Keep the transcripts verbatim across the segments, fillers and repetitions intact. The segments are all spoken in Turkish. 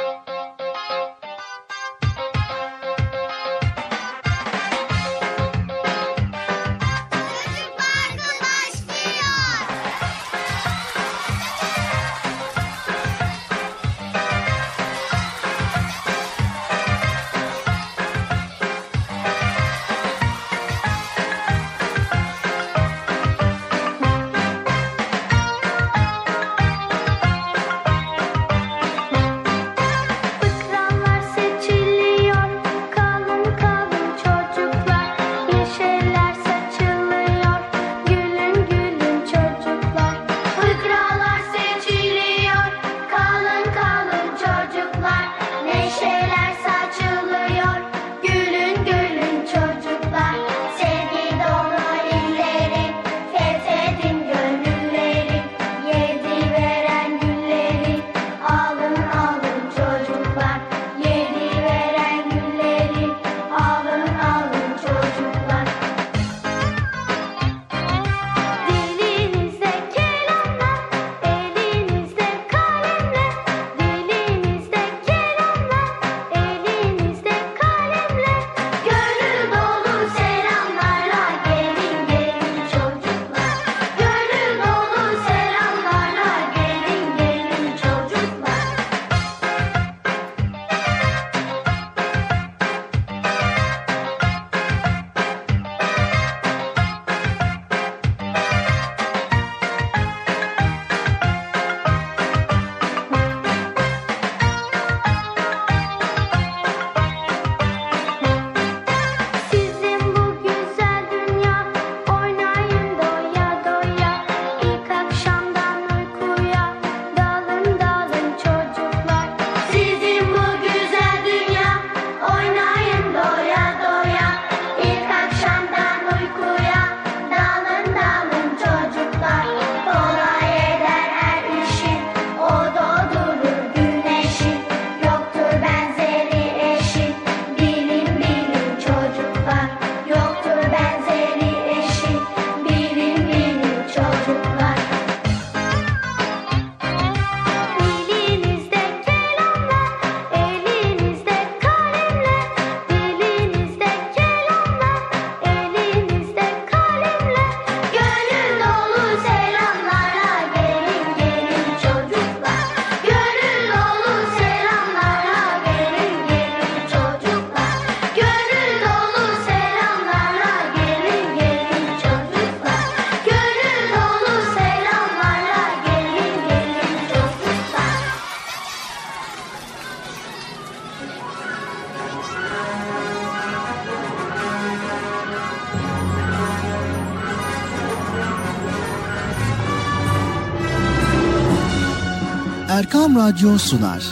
Erkam Radyo sunar.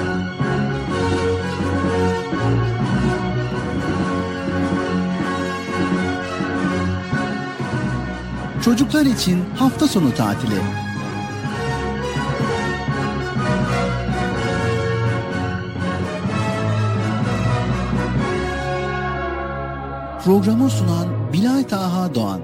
Çocuklar için hafta sonu tatili. Programı sunan Bilal Taha Doğan.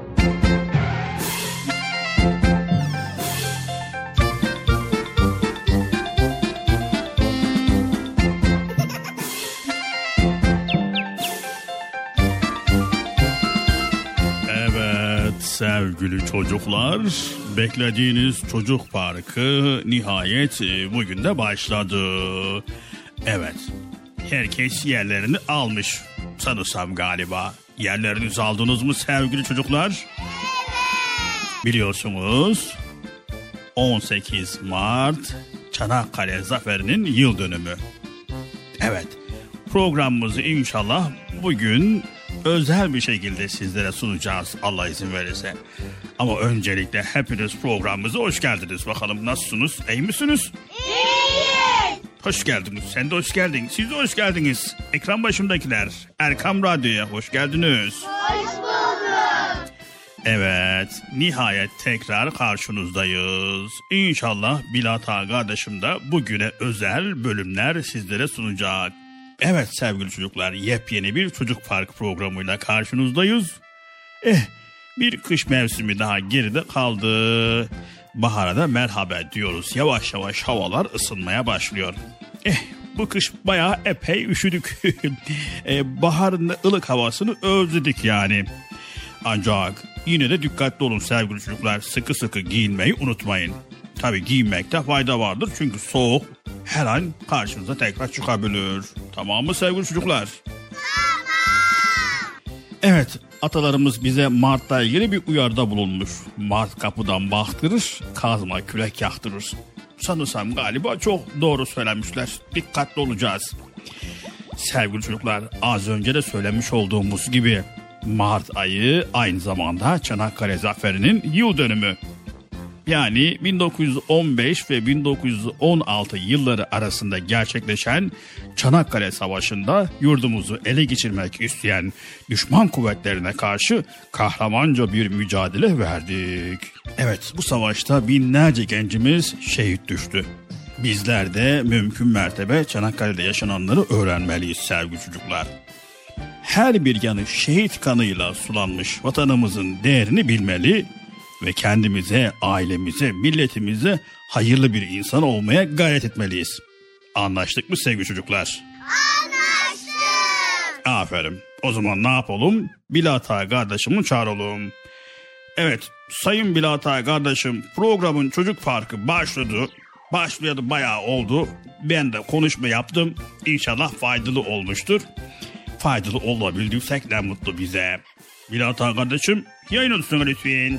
Sevgili çocuklar, beklediğiniz çocuk parkı nihayet bugün de başladı. Evet, herkes yerlerini almış sanırsam galiba. Yerlerinizi aldınız mı sevgili çocuklar? Evet. Biliyorsunuz on sekiz Mart Çanakkale Zaferi'nin yıl dönümü. Evet, programımızı inşallah bugün özel bir şekilde sizlere sunacağız Allah izin verirse. Ama öncelikle hepiniz programımıza hoş geldiniz. Bakalım nasılsınız? İyi misiniz? İyiyiz. Hoş geldiniz. Sen de hoş geldin. Siz de hoş geldiniz. Ekran başındakiler, Erkam Radyo'ya hoş geldiniz. Hoş bulduk. Evet, nihayet tekrar karşınızdayız. İnşallah Bilal Ağa kardeşim de bugüne özel bölümler sizlere sunacak. Evet sevgili çocuklar, yepyeni bir çocuk park programıyla karşınızdayız. Eh, bir kış mevsimi daha geride kaldı. Bahara da merhaba diyoruz. Yavaş yavaş havalar ısınmaya başlıyor. Eh, bu kış bayağı epey üşüdük. e, baharın ılık havasını özledik yani. Ancak yine de dikkatli olun sevgili çocuklar. Sıkı sıkı giyinmeyi unutmayın. Tabii giyinmekte fayda vardır çünkü soğuk her an karşınıza tekrar çıkabilir. Tamam mı sevgili çocuklar? Evet, atalarımız bize Mart'la ilgili bir uyarıda bulunmuş. Mart kapıdan baktırır, kazma kürek yaktırır. Sanırsam galiba çok doğru söylemişler. Dikkatli olacağız. Sevgili çocuklar, az önce de söylemiş olduğumuz gibi Mart ayı aynı zamanda Çanakkale Zaferi'nin yıl dönümü. Yani bin dokuz yüz on beş ve bin dokuz yüz on altı yılları arasında gerçekleşen Çanakkale Savaşı'nda yurdumuzu ele geçirmek isteyen düşman kuvvetlerine karşı kahramanca bir mücadele verdik. Evet, bu savaşta binlerce gencimiz şehit düştü. Bizler de mümkün mertebe Çanakkale'de yaşananları öğrenmeliyiz sevgili çocuklar. Her bir yanı şehit kanıyla sulanmış vatanımızın değerini bilmeli ve kendimize, ailemize, milletimize hayırlı bir insan olmaya gayret etmeliyiz. Anlaştık mı sevgili çocuklar? Anlaştık. Aferin. O zaman ne yapalım? Bilata kardeşimi çağıralım. Evet, sayın Bilata kardeşim, programın Çocuk Parkı başladı. Başlayalı bayağı oldu. Ben de konuşma yaptım. İnşallah faydalı olmuştur. Faydalı olabildiysek ne mutlu bize. Bilata kardeşim, yayın odasına lütfen.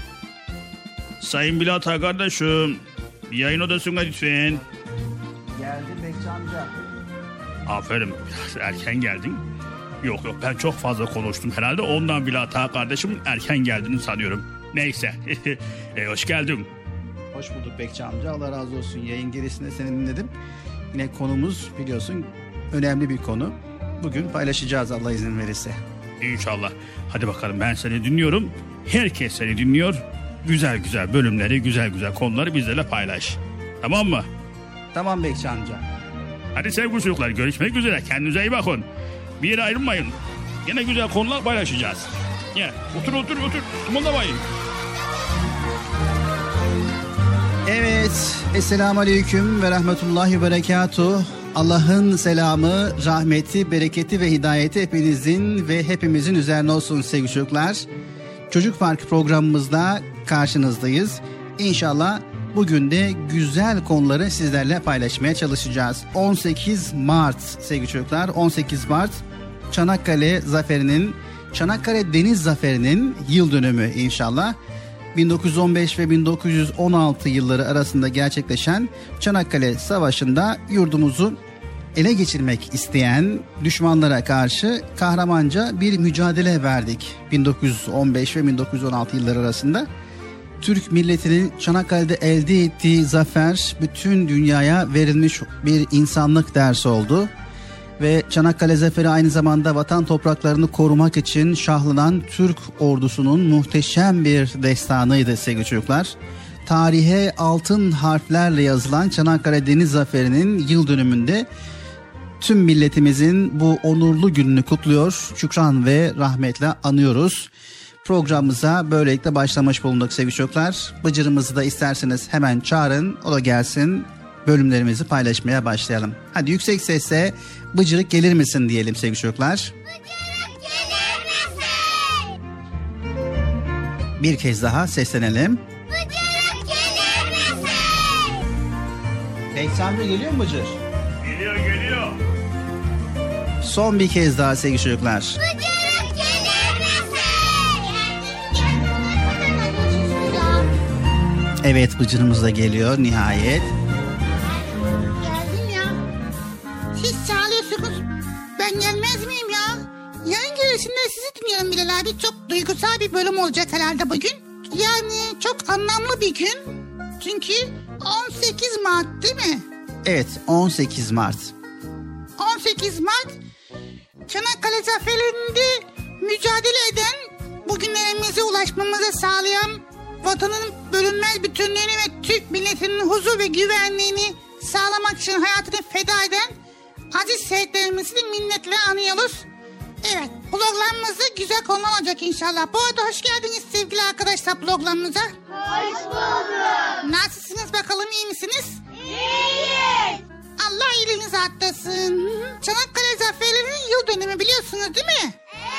Sayın Bilata kardeşim, yayın odasına lütfen. Geldi Bekçi amca. Aferin, biraz erken geldin. Yok yok, ben çok fazla konuştum herhalde. Ondan Bilata kardeşim erken geldiğini sanıyorum. Neyse, e, hoş geldin. Hoş bulduk Bekçi amca. Allah razı olsun. Yayın gerisinde seni dinledim. Yine konumuz biliyorsun önemli bir konu. Bugün paylaşacağız Allah izin verirse. İnşallah. Hadi bakalım, ben seni dinliyorum. Herkes seni dinliyor. Güzel güzel bölümleri, güzel güzel konuları bizlerle paylaş. Tamam mı? Tamam Bekçi amca. Hadi sevgili çocuklar, görüşmek üzere. Kendinize iyi bakın. Bir yere ayrılmayın. Yine güzel konular paylaşacağız. Gel, otur otur otur. Kımıldamayın. Evet. Esselamu Aleyküm ve Rahmetullahi ve Berekatuhu. Allah'ın selamı, rahmeti, bereketi ve hidayeti hepinizin ve hepimizin üzerine olsun sevgili çocuklar. Çocuk Parkı programımızda karşınızdayız. İnşallah bugün de güzel konuları sizlerle paylaşmaya çalışacağız. on sekiz Mart sevgili çocuklar, on sekiz Mart Çanakkale Zaferi'nin, Çanakkale Deniz Zaferi'nin yıl dönümü inşallah. bin dokuz yüz on beş ve bin dokuz yüz on altı yılları arasında gerçekleşen Çanakkale Savaşı'nda yurdumuzu ele geçirmek isteyen düşmanlara karşı kahramanca bir mücadele verdik. bin dokuz yüz on beş ve bin dokuz yüz on altı yılları arasında Türk milletinin Çanakkale'de elde ettiği zafer bütün dünyaya verilmiş bir insanlık dersi oldu. Ve Çanakkale Zaferi aynı zamanda vatan topraklarını korumak için şahlanan Türk ordusunun muhteşem bir destanıydı sevgili çocuklar. Tarihe altın harflerle yazılan Çanakkale Deniz Zaferi'nin yıl dönümünde tüm milletimizin bu onurlu gününü kutluyor, şükran ve rahmetle anıyoruz. Programımıza böylelikle başlamış bulunduk sevgili çocuklar. Bıcırımızı da isterseniz hemen çağırın, o da gelsin. Bölümlerimizi paylaşmaya başlayalım. Hadi yüksek sesle bıcırık gelir misin diyelim sevgili çocuklar. Bıcırık gelir misin? Bir kez daha seslenelim. Bıcırık gelir misin? Beysamcı geliyor mu Bıcır? Geliyor geliyor. Son bir kez daha sevgili çocuklar. Bıcırık gelir misin? Evet, Bıcırımız da geliyor nihayet. Geldim ya. Siz çağırıyorsunuz. Ben gelmez miyim ya? Yayın gerisinde sizi dinliyorum Bilal abi. Çok duygusal bir bölüm olacak herhalde bugün. Yani çok anlamlı bir gün. Çünkü on sekiz Mart değil mi? Evet, on sekiz Mart. on sekiz Mart Çanakkale Zaferi'nde mücadele eden, bugünlerimize ulaşmamızı sağlayan, vatanın bölünmez bütünlüğünü ve Türk milletinin huzur ve güvenliğini sağlamak için hayatını feda eden aziz şehitlerimizi minnetle anıyoruz. Evet, programımızda güzel konu olacak inşallah. Bu arada hoş geldiniz sevgili arkadaşlar programımıza. Hoş bulduk. Nasılsınız bakalım, iyi misiniz? İyiyiz. Allah iyiliğinizi deniz atlasın. Çanakkale Zaferi'nin yıl dönümü biliyorsunuz değil mi?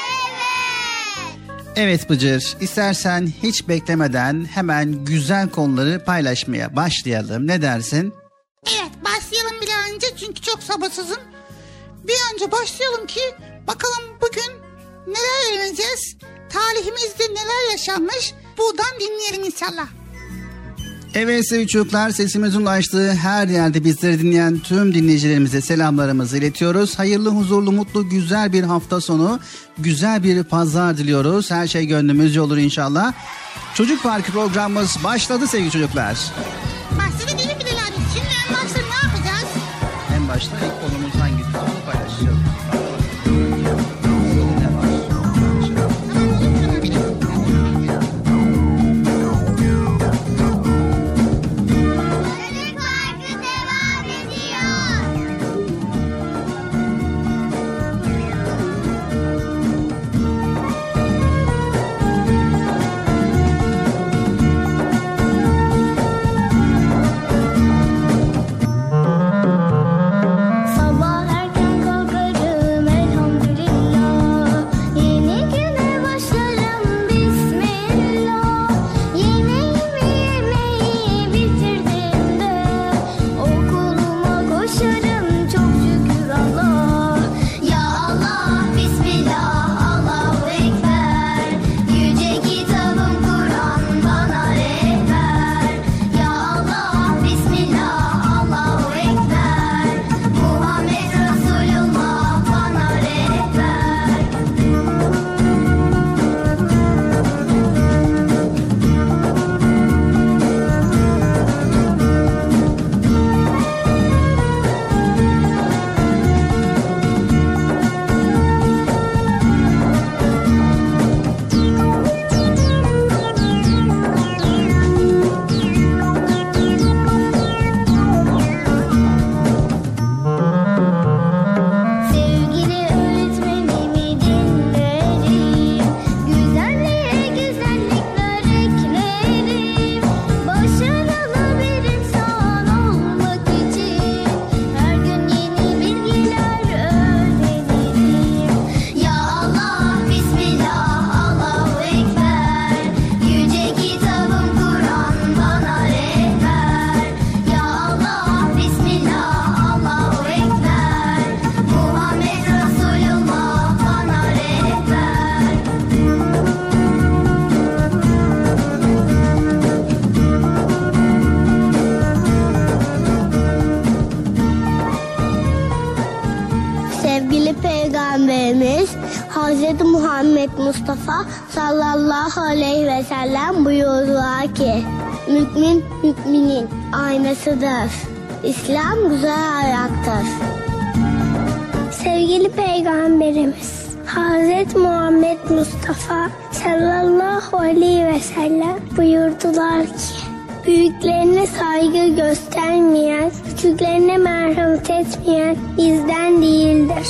Evet. Evet Bıcır, istersen hiç beklemeden hemen güzel konuları paylaşmaya başlayalım. Ne dersin? Evet, başlayalım bir an önce çünkü çok sabırsızım. Bir an önce başlayalım ki bakalım bugün neler öğreneceğiz? Tarihimizde neler yaşanmış? Buradan dinleyelim inşallah. Evet sevgili çocuklar, sesimizin ulaştığı her yerde bizleri dinleyen tüm dinleyicilerimize selamlarımızı iletiyoruz. Hayırlı, huzurlu, mutlu, güzel bir hafta sonu, güzel bir pazar diliyoruz. Her şey gönlümüzce olur inşallah. Çocuk Parkı programımız başladı sevgili çocuklar. Başladı değil mi Bilal abi? Şimdi en başta ne yapacağız? En başta ilk konumuz hangisi? Onu paylaşacağız. Çocuk Parkı devam ediyor. Sabah erken kalkarım elhamdülillah. Yeni güne başlarım bismillah. Yemeğimi yemeyi bitirdiğimde okuluma koşarım çok şükür Allah. Ya Allah, Bismillah, Allahu Ekber. Yüce kitabım Kur'an bana rehber. Ya Allah, Bismillah, Allahu Ekber. Muhammed Resulullah bana rehber. Sevgili öğretmenimi dinlerim. Güzelliğe güzellikler eklerim. Başarılı bir insan olmak için her gün yeni bilgiler öğrenirim. Ya Allah, Bismillah, Allahu Ekber. Yüce kitabım Kur'an bana rehber. Ya Allah, Bismillah, Allahu Ekber. Muhammed Resulullah bana rehber. Sevgili Peygamberimiz Hz. Muhammed Mustafa sallallahu aleyhi ve sellem buyurdular ki mümin müminin aynasıdır. İslam güzel ayaktır. Sevgili Peygamberimiz Hz. Muhammed Mustafa sallallahu aleyhi ve sellem buyurdular ki büyüklerine saygı göstermeyen, küçüklerine merhamet etmeyen bizden değildir.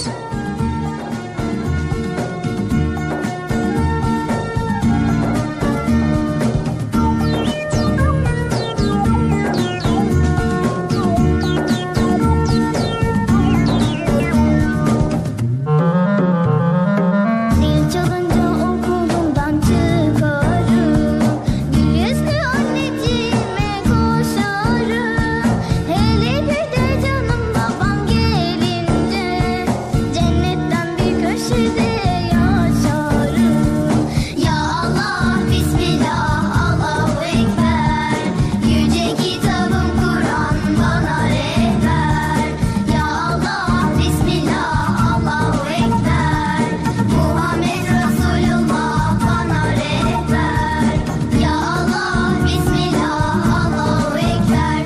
Zil çalınca okulumdan çıkarım, gül yüzlü anneciğime koşarım. Hele bir de canım babam gelince cennetten bir köşede yaşarım. Ya Allah, Bismillah, Allahu Ekber. Yüce kitabım Kur'an bana rehber. Ya Allah, Bismillah, Allahu Ekber. Muhammed Resulullah bana rehber. Ya Allah, Bismillah, Allahu Ekber.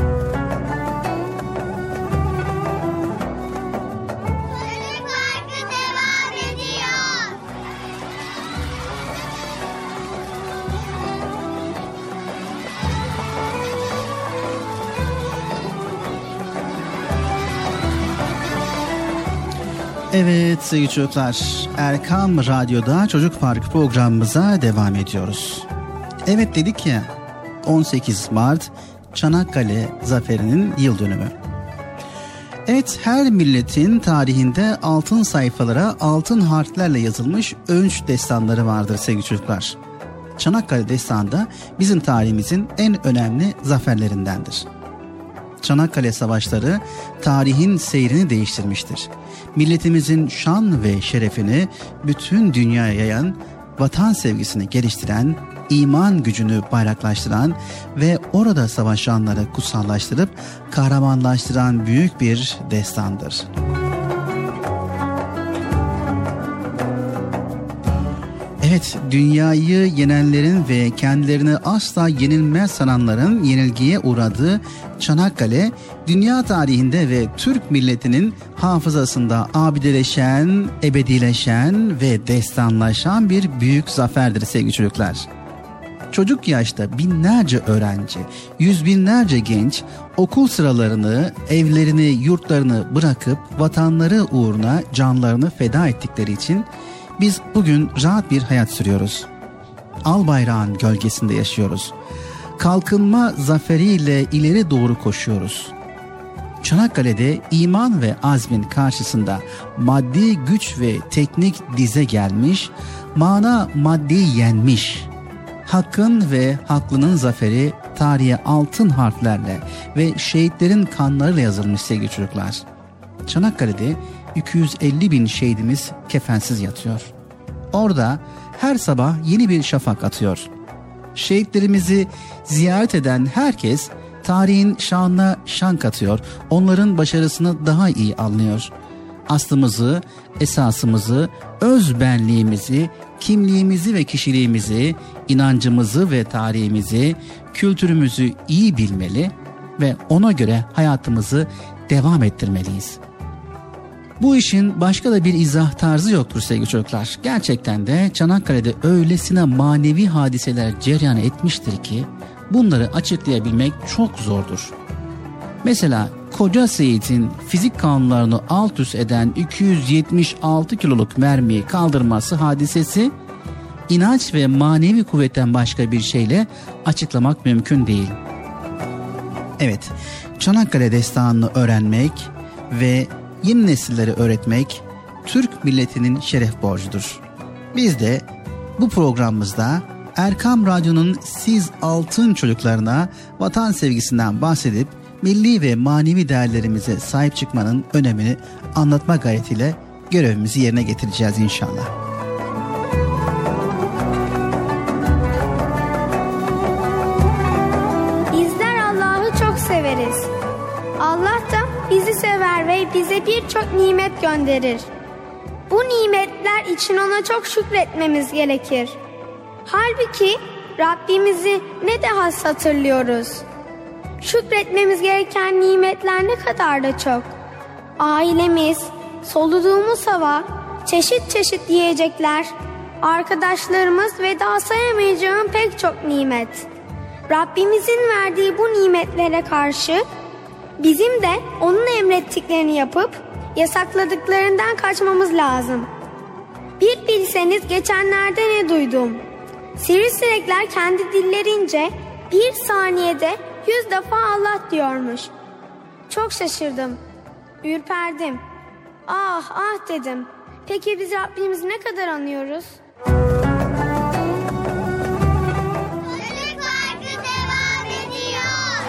Çocuk Parkı devam ediyor. Evet sevgili çocuklar, Erkam Radyo'da Çocuk Parkı programımıza devam ediyoruz. Evet dedik ya, on sekiz Mart Çanakkale Zaferi'nin yıl dönümü. Evet, her milletin tarihinde altın sayfalara altın harflerle yazılmış öncü destanları vardır sevgili çocuklar. Çanakkale Destanı da bizim tarihimizin en önemli zaferlerindendir. Çanakkale Savaşları tarihin seyrini değiştirmiştir. Milletimizin şan ve şerefini bütün dünyaya yayan, vatan sevgisini geliştiren, iman gücünü bayraklaştıran ve orada savaşanları kutsallaştırıp kahramanlaştıran büyük bir destandır. Evet, dünyayı yenenlerin ve kendilerini asla yenilmez sananların yenilgiye uğradığı Çanakkale, dünya tarihinde ve Türk milletinin hafızasında abideleşen, ebedileşen ve destanlaşan bir büyük zaferdir sevgili çocuklar. Çocuk yaşta binlerce öğrenci, yüz binlerce genç okul sıralarını, evlerini, yurtlarını bırakıp vatanları uğruna canlarını feda ettikleri için biz bugün rahat bir hayat sürüyoruz. Al bayrağın gölgesinde yaşıyoruz. Kalkınma zaferiyle ileri doğru koşuyoruz. Çanakkale'de iman ve azmin karşısında maddi güç ve teknik dize gelmiş, mana maddeyi yenmiş. Hakkın ve haklının zaferi tarihe altın harflerle ve şehitlerin kanlarıyla yazılmış sevgili çocuklar. Çanakkale'de iki yüz elli bin şehidimiz kefensiz yatıyor. Orada her sabah yeni bir şafak atıyor. Şehitlerimizi ziyaret eden herkes tarihin şanına şan katıyor. Onların başarısını daha iyi anlıyor. Aslımızı, esasımızı, öz benliğimizi, kimliğimizi ve kişiliğimizi, inancımızı ve tarihimizi, kültürümüzü iyi bilmeli ve ona göre hayatımızı devam ettirmeliyiz. Bu işin başka da bir izah tarzı yoktur sevgili çocuklar. Gerçekten de Çanakkale'de öylesine manevi hadiseler cereyan etmiştir ki bunları açıklayabilmek çok zordur. Mesela Koca Seyit'in fizik kanunlarını alt üst eden iki yüz yetmiş altı kiloluk mermiyi kaldırması hadisesi inanç ve manevi kuvvetten başka bir şeyle açıklamak mümkün değil. Evet, Çanakkale Destanı'nı öğrenmek ve yeni nesillere öğretmek Türk milletinin şeref borcudur. Biz de bu programımızda Erkam Radyo'nun siz altın çocuklarına vatan sevgisinden bahsedip milli ve manevi değerlerimize sahip çıkmanın önemini anlatma gayretiyle görevimizi yerine getireceğiz inşallah. Bizler Allah'ı çok severiz. Allah da bizi sever ve bize birçok nimet gönderir. Bu nimetler için ona çok şükretmemiz gerekir. Halbuki Rabbimizi ne de has hatırlıyoruz. Şükretmemiz gereken nimetler ne kadar da çok. Ailemiz, soluduğumuz hava, çeşit çeşit yiyecekler, arkadaşlarımız ve daha sayamayacağım pek çok nimet. Rabbimizin verdiği bu nimetlere karşı bizim de onun emrettiklerini yapıp yasakladıklarından kaçmamız lazım. Bir bilseniz geçenlerde ne duydum? Sivrisinekler kendi dillerince bir saniyede yüz defa Allah diyormuş. Çok şaşırdım, ürperdim. Ah ah dedim. Peki biz Rabbimizi ne kadar anıyoruz? Çocuk Parkı devam ediyor.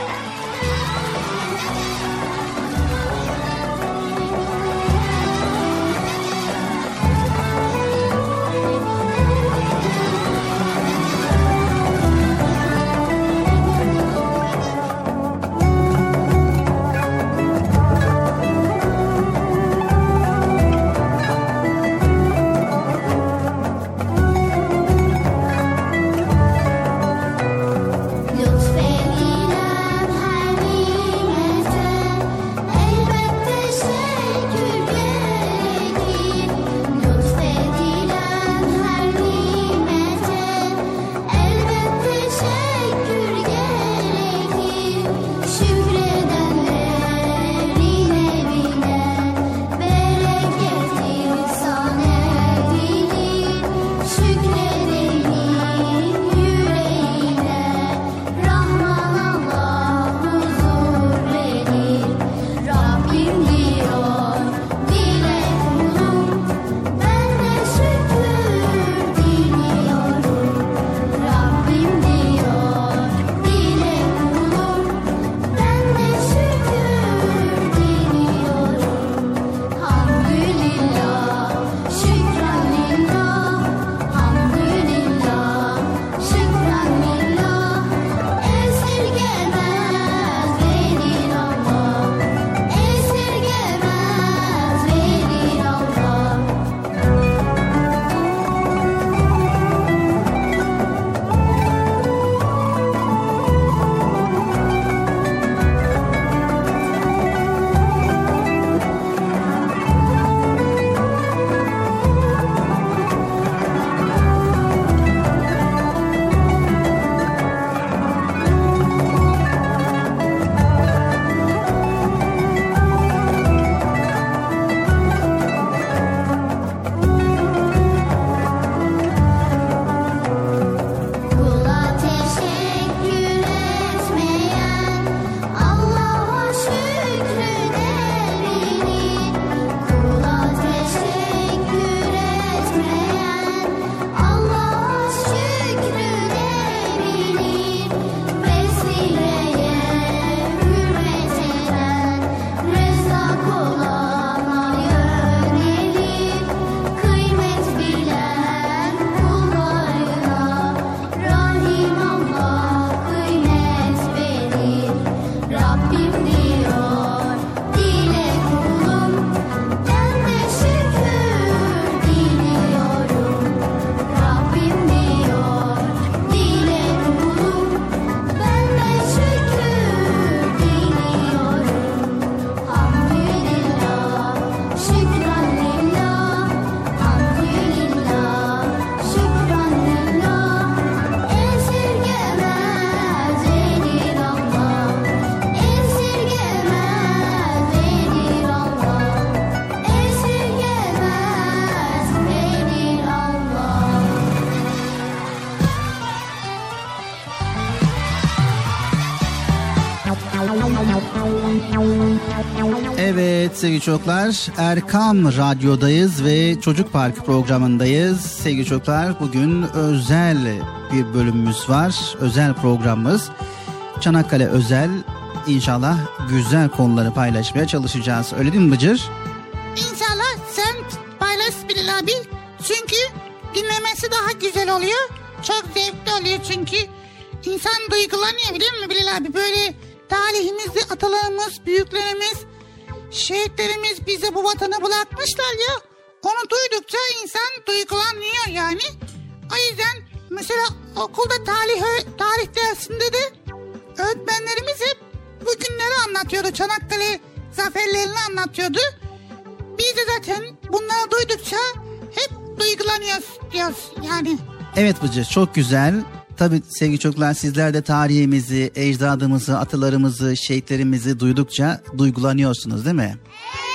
Evet sevgili çocuklar, Erkam Radyo'dayız ve Çocuk Parkı programındayız. Sevgili çocuklar, bugün özel bir bölümümüz var, özel programımız. Çanakkale özel, inşallah güzel konuları paylaşmaya çalışacağız. Öyle değil mi Bıcır? İnşallah sen paylaş Bilal abi. Çünkü dinlemesi daha güzel oluyor. Çok zevkli oluyor çünkü. İnsan duygulanıyor biliyor musun Bilal abi? Böyle tarihimizi, atalarımız, büyüklerimiz, şehitlerimiz bize bu vatanı bırakmışlar ya. Onu duydukça insan duygulanıyor yani. O yüzden mesela okulda tarih, tarih dersinde de öğretmenlerimiz hep bu günleri anlatıyordu. Çanakkale zaferlerini anlatıyordu. Biz de zaten bunları duydukça hep duygulanıyoruz diyoruz yani. Evet Bıcır, çok güzel. Tabii sevgili çocuklar, sizler de tarihimizi, ecdadımızı, atalarımızı, şehitlerimizi duydukça duygulanıyorsunuz değil mi?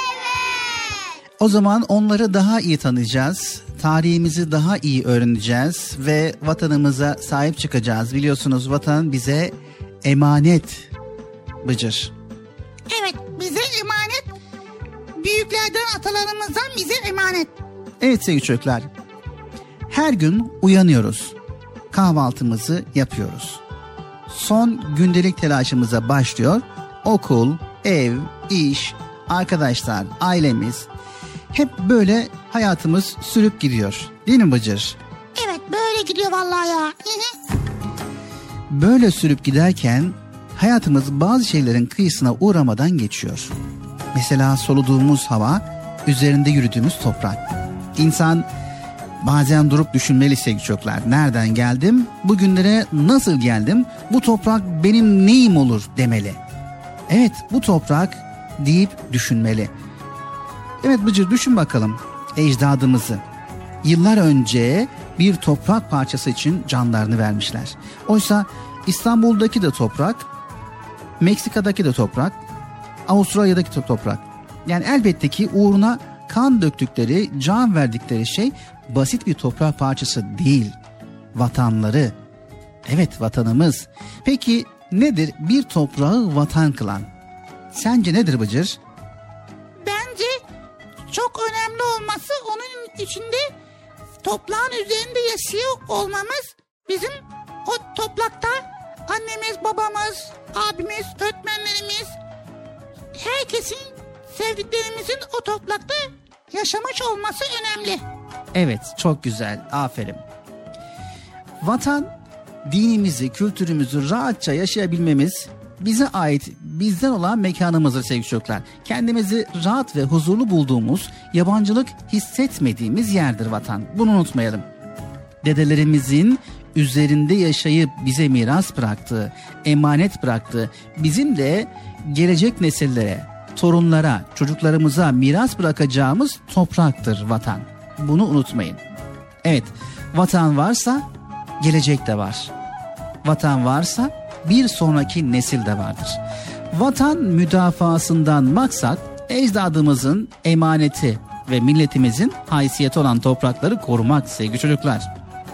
Evet. O zaman onları daha iyi tanıyacağız. Tarihimizi daha iyi öğreneceğiz ve vatanımıza sahip çıkacağız. Biliyorsunuz vatan bize emanet Bıcır. Evet, bize emanet. Büyüklerden, atalarımızdan bize emanet. Evet sevgili çocuklar. Her gün uyanıyoruz. Kahvaltımızı yapıyoruz. Son gündelik telaşımıza başlıyor. Okul, ev, iş, arkadaşlar, ailemiz. Hep böyle hayatımız sürüp gidiyor. Değil mi Bıcır? Evet, böyle gidiyor vallahi ya. Böyle sürüp giderken hayatımız bazı şeylerin kıyısına uğramadan geçiyor. Mesela soluduğumuz hava, üzerinde yürüdüğümüz toprak. İnsan bazen durup düşünmeli sevgili çocuklar. Nereden geldim? Bugünlere nasıl geldim? Bu toprak benim neyim olur demeli. Evet, bu toprak deyip düşünmeli. Evet Bıcır, düşün bakalım ecdadımızı. Yıllar önce bir toprak parçası için canlarını vermişler. Oysa İstanbul'daki de toprak, Meksika'daki de toprak, Avustralya'daki de toprak. Yani elbette ki uğruna kan döktükleri, can verdikleri şey basit bir toprak parçası değil. Vatanları. Evet, vatanımız. Peki nedir bir toprağı vatan kılan? Sence nedir Bıcır? Bence çok önemli olması onun içinde toprağın üzerinde yaşıyor olmamız. Bizim o toprakta annemiz, babamız, abimiz, öğretmenlerimiz, herkesin, sevdiklerimizin o toprakta yaşamış olması önemli. Evet, çok güzel. Aferin. Vatan, dinimizi, kültürümüzü rahatça yaşayabilmemiz bize ait, bizden olan mekanımızdır sevgili çocuklar. Kendimizi rahat ve huzurlu bulduğumuz, yabancılık hissetmediğimiz yerdir vatan. Bunu unutmayalım. Dedelerimizin üzerinde yaşayıp bize miras bıraktığı, emanet bıraktığı, bizim de gelecek nesillere, torunlara, çocuklarımıza miras bırakacağımız topraktır vatan. Bunu unutmayın. Evet, vatan varsa gelecek de var. Vatan varsa bir sonraki nesil de vardır. Vatan müdafasından maksat ecdadımızın emaneti ve milletimizin haysiyeti olan toprakları korumak sevgili çocuklar.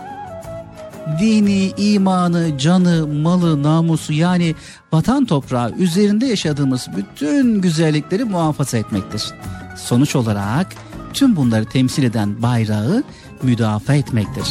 Dini, imanı, canı, malı, namusu, yani vatan toprağı üzerinde yaşadığımız bütün güzellikleri muhafaza etmektir. Sonuç olarak tüm bunları temsil eden bayrağı müdafaa etmektir.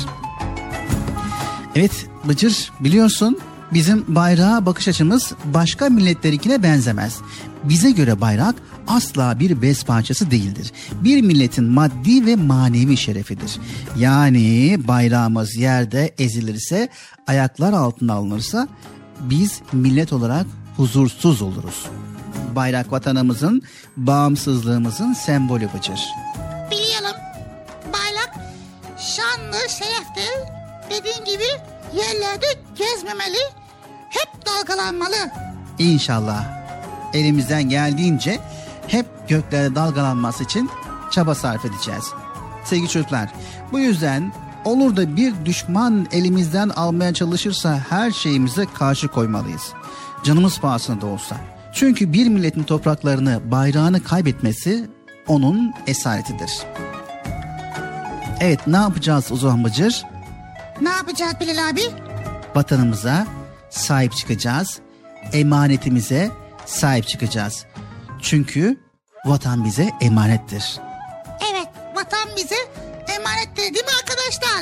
Evet Bıcır, biliyorsun bizim bayrağa bakış açımız başka milletlerinkine benzemez. Bize göre bayrak asla bir bez parçası değildir. Bir milletin maddi ve manevi şerefidir. Yani bayrağımız yerde ezilirse, ayaklar altına alınırsa biz millet olarak huzursuz oluruz. Bayrak vatanımızın, bağımsızlığımızın sembolü Bıcır. Biliyorum. Bayrak şanlı, şerefli. Dediğin gibi yerlerde gezmemeli. Hep dalgalanmalı. İnşallah elimizden geldiğince hep göklerde dalgalanması için çaba sarf edeceğiz. Sevgili çocuklar, bu yüzden olur da bir düşman elimizden almaya çalışırsa her şeyimize karşı koymalıyız. Canımız pahasına da olsa. Çünkü bir milletin topraklarını, bayrağını kaybetmesi onun esaretidir. Evet, ne yapacağız o zaman Bıcır? Ne yapacağız Bilal abi? Vatanımıza sahip çıkacağız. Emanetimize sahip çıkacağız. Çünkü vatan bize emanettir. Evet, vatan bize emanettir değil mi arkadaşlar?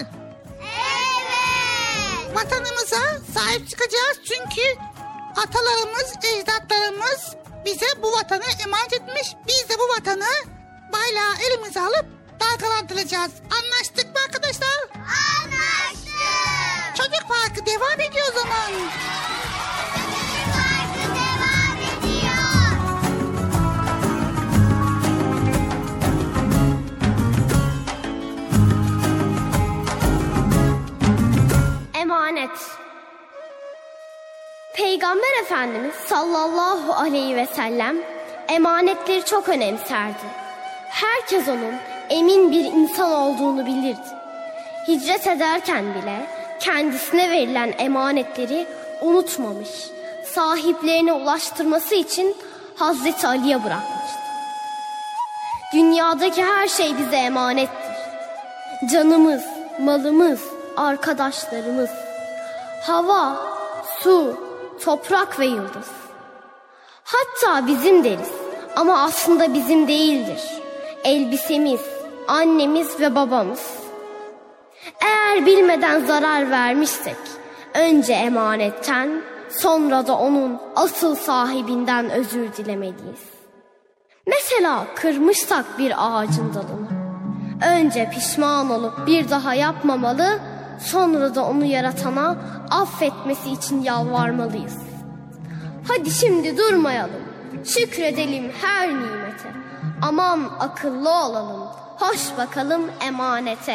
Evet. Vatanımıza sahip çıkacağız çünkü atalarımız, ecdatlarımız bize bu vatanı emanet etmiş. Biz de bu vatanı bayrağı elimize alıp dalgalandıracağız. Anlaştık mı arkadaşlar? Anlaştık. Çocuk Parkı devam ediyor o zaman. Çocuk Parkı devam ediyor. Emanet. Peygamber Efendimiz sallallahu aleyhi ve sellem emanetleri çok önemserdi. Herkes onun emin bir insan olduğunu bilirdi. Hicret ederken bile kendisine verilen emanetleri unutmamış, sahiplerine ulaştırması için Hazreti Ali'ye bırakmıştı. Dünyadaki her şey bize emanettir. Canımız, malımız, arkadaşlarımız, hava, su, toprak ve yıldız. Hatta bizim deriz ama aslında bizim değildir. Elbisemiz, annemiz ve babamız. Eğer bilmeden zarar vermişsek, önce emanetten, sonra da onun asıl sahibinden özür dilemeliyiz. Mesela kırmışsak bir ağacın dalını, önce pişman olup bir daha yapmamalı, sonra da onu yaratana affetmesi için yalvarmalıyız. Hadi şimdi durmayalım, şükredelim her nimete. Aman akıllı olalım, hoş bakalım emanete.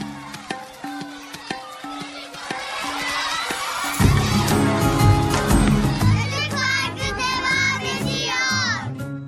Çocuk Parkı devam ediyor.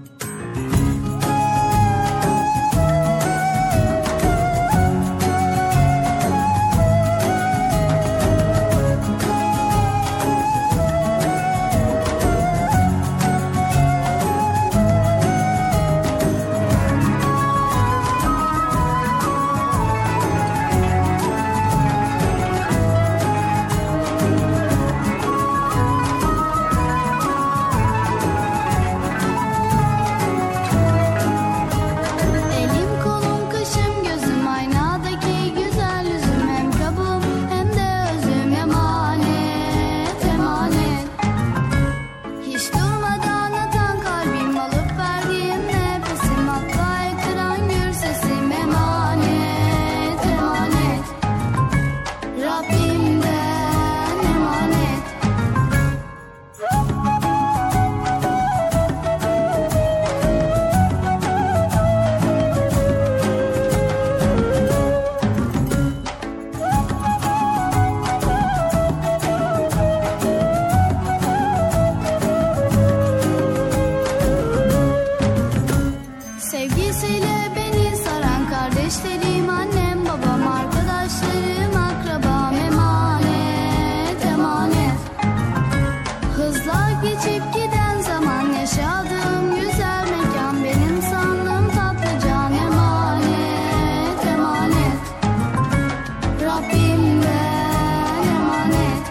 Elim kolum kaşım gözüm aynadaki güzel yüzüm hem kabım hem de özüm emanet emanet. Hiç durmadan atan kalbim alıp verdiğim nefesim hatta ekran gür sesim emanet emanet. Rabbimden emanet. Sevgisiyle beni saran kardeşlerim, annem, babam, arkadaşlarım, akrabam emanet, emanet. Hızla geçip giden zaman yaşadığım güzel mekan benim sandığım tatlı can emanet, emanet. Rabbimden emanet.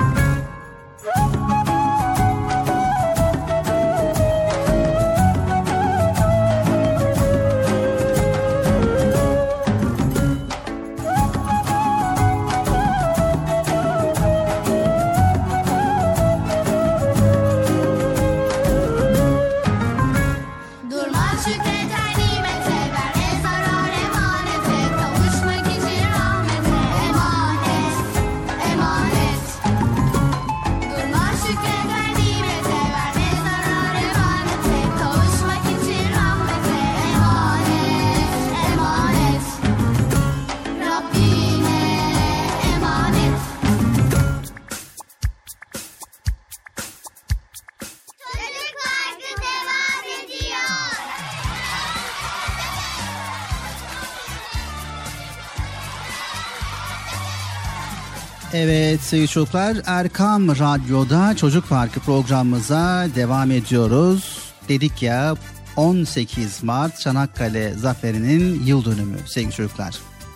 Durmaz şükret her nimete, verme zarar emanete, kavuşmak için rahmete, emanet, emanet. Durmaz şükret her nimete, verme zarar emanete, kavuşmak için rahmete, emanet, emanet. Rabbine emanet. Çocuk Parkı devam ediyor. Evet sevgili çocuklar, Erkam Radyo'da Çocuk Parkı programımıza devam ediyoruz. Dedik ya, on sekiz Mart Çanakkale Zaferi'nin yıl dönümü sevgili çocuklar.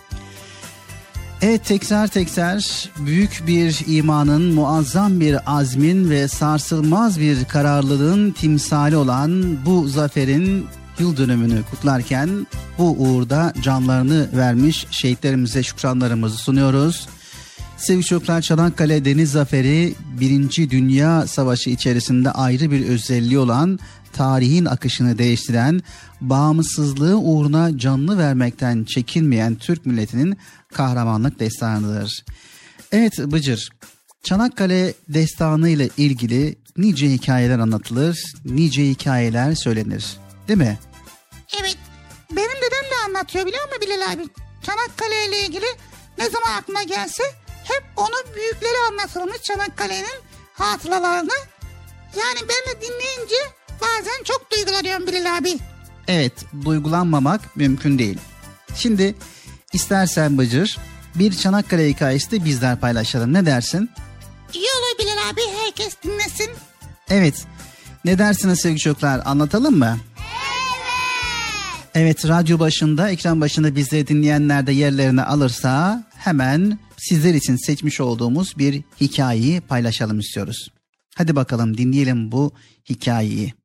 Evet, tekrar tekrar büyük bir imanın, muazzam bir azmin ve sarsılmaz bir kararlılığın timsali olan bu zaferin yıl dönümünü kutlarken bu uğurda canlarını vermiş şehitlerimize şükranlarımızı sunuyoruz. Sevgili çocuklar, Çanakkale Deniz Zaferi Birinci Dünya Savaşı içerisinde ayrı bir özelliği olan, tarihin akışını değiştiren, bağımsızlığı uğruna canını vermekten çekinmeyen Türk milletinin kahramanlık destanıdır. Evet Bıcır, Çanakkale destanı ile ilgili nice hikayeler anlatılır, nice hikayeler söylenir, değil mi? Evet, benim dedem de anlatıyor biliyor musun Bilal abi? Çanakkale ile ilgili ne zaman aklına gelse hep onu büyükleri anlatılmış, Çanakkale'nin hatıralarını. Yani ben de dinleyince bazen çok duygulanıyorum Bilal abi. Evet, duygulanmamak mümkün değil. Şimdi istersen Bıcır, bir Çanakkale hikayesi de bizler paylaşalım, ne dersin? İyi olur Bilal abi, herkes dinlesin. Evet, ne dersiniz sevgili çocuklar, anlatalım mı? Evet. Evet, radyo başında, ekran başında bizleri dinleyenler de yerlerini alırsa hemen sizler için seçmiş olduğumuz bir hikayeyi paylaşalım istiyoruz. Hadi bakalım dinleyelim bu hikayeyi.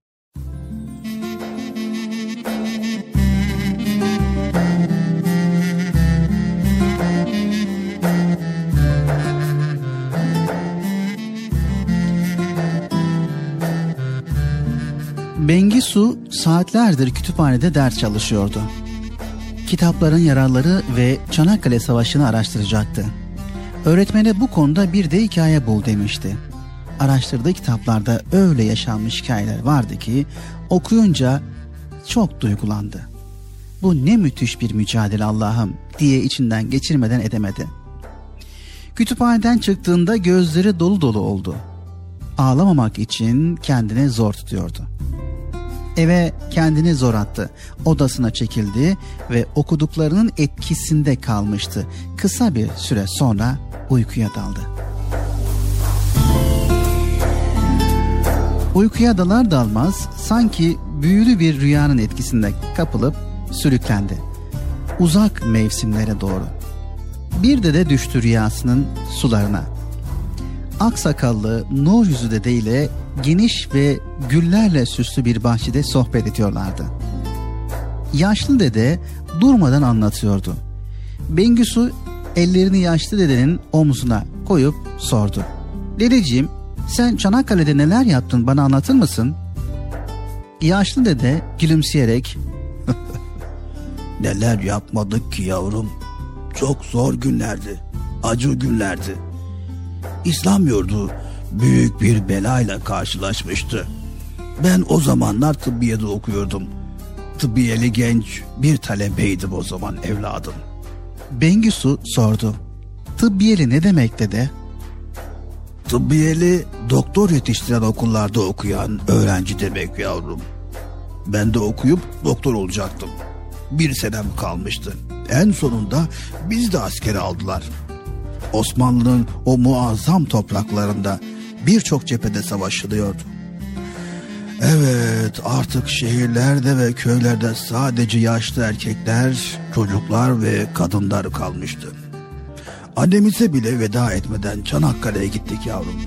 Bengisu saatlerdir kütüphanede ders çalışıyordu. Kitapların yararları ve Çanakkale Savaşı'nı araştıracaktı. Öğretmene bu konuda bir de hikaye bul demişti. Araştırdığı kitaplarda öyle yaşanmış hikayeler vardı ki okuyunca çok duygulandı. Bu ne müthiş bir mücadele Allah'ım diye içinden geçirmeden edemedi. Kütüphaneden çıktığında gözleri dolu dolu oldu. Ağlamamak için kendini zor tutuyordu. Eve kendini zor attı. Odasına çekildi ve okuduklarının etkisinde kalmıştı. Kısa bir süre sonra uykuya daldı. Uykuya dalar dalmaz sanki büyülü bir rüyanın etkisinde kapılıp sürüklendi. Uzak mevsimlere doğru. Bir de de düştü rüyasının sularına. Aksakallı nur yüzü dedeyle geniş ve güllerle süslü bir bahçede sohbet ediyorlardı. Yaşlı dede durmadan anlatıyordu. Bengisu ellerini yaşlı dedenin omzuna koyup sordu. Dedeciğim, sen Çanakkale'de neler yaptın, bana anlatır mısın? Yaşlı dede gülümseyerek neler yapmadık ki yavrum. Çok zor günlerdi, acı günlerdi. İslam yurdu büyük bir belayla karşılaşmıştı. Ben o zamanlar tıbbiyede okuyordum. Tıbbiyeli genç bir talebeydim o zaman evladım. Bengisu sordu. Tıbbiyeli ne demek dede? Tıbbiyeli doktor yetiştiren okullarda okuyan öğrenci demek yavrum. Ben de okuyup doktor olacaktım. Bir senem kalmıştı. En sonunda bizi de askere aldılar. Osmanlı'nın o muazzam topraklarında birçok cephede savaşılıyordu. Evet, artık şehirlerde ve köylerde sadece yaşlı erkekler, çocuklar ve kadınlar kalmıştı. Annemize bile veda etmeden Çanakkale'ye gittik yavrum.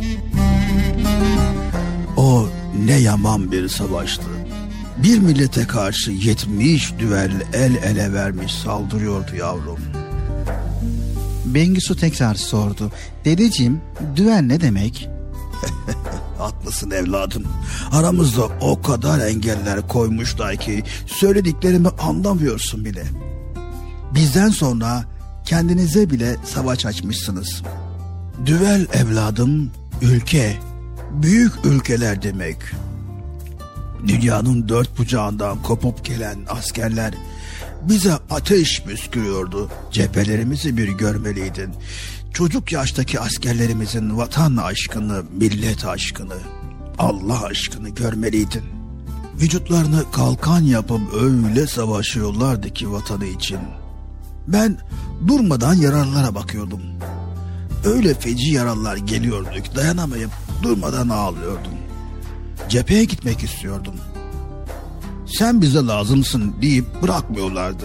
O ne yaman bir savaştı. Bir millete karşı yetmiş düvel el ele vermiş saldırıyordu yavrum. Bengisu tekrar sordu. Dedeciğim, düel ne demek? Haklısın evladım. Aramızda o kadar engeller koymuşlar ki söylediklerimi anlamıyorsun bile. Bizden sonra kendinize bile savaş açmışsınız. Düvel evladım, ülke, büyük ülkeler demek. Dünyanın dört bucağından kopup gelen askerler bize ateş püskürüyordu. Cephelerimizi bir görmeliydin. Çocuk yaştaki askerlerimizin vatan aşkını, millet aşkını, Allah aşkını görmeliydin. Vücutlarını kalkan yapıp öyle savaşıyorlardı ki vatanı için. Ben durmadan yaralılara bakıyordum. Öyle feci yaralılar geliyordu ki dayanamayıp durmadan ağlıyordum. Cepheye gitmek istiyordum. Sen bize lazımsın deyip bırakmıyorlardı.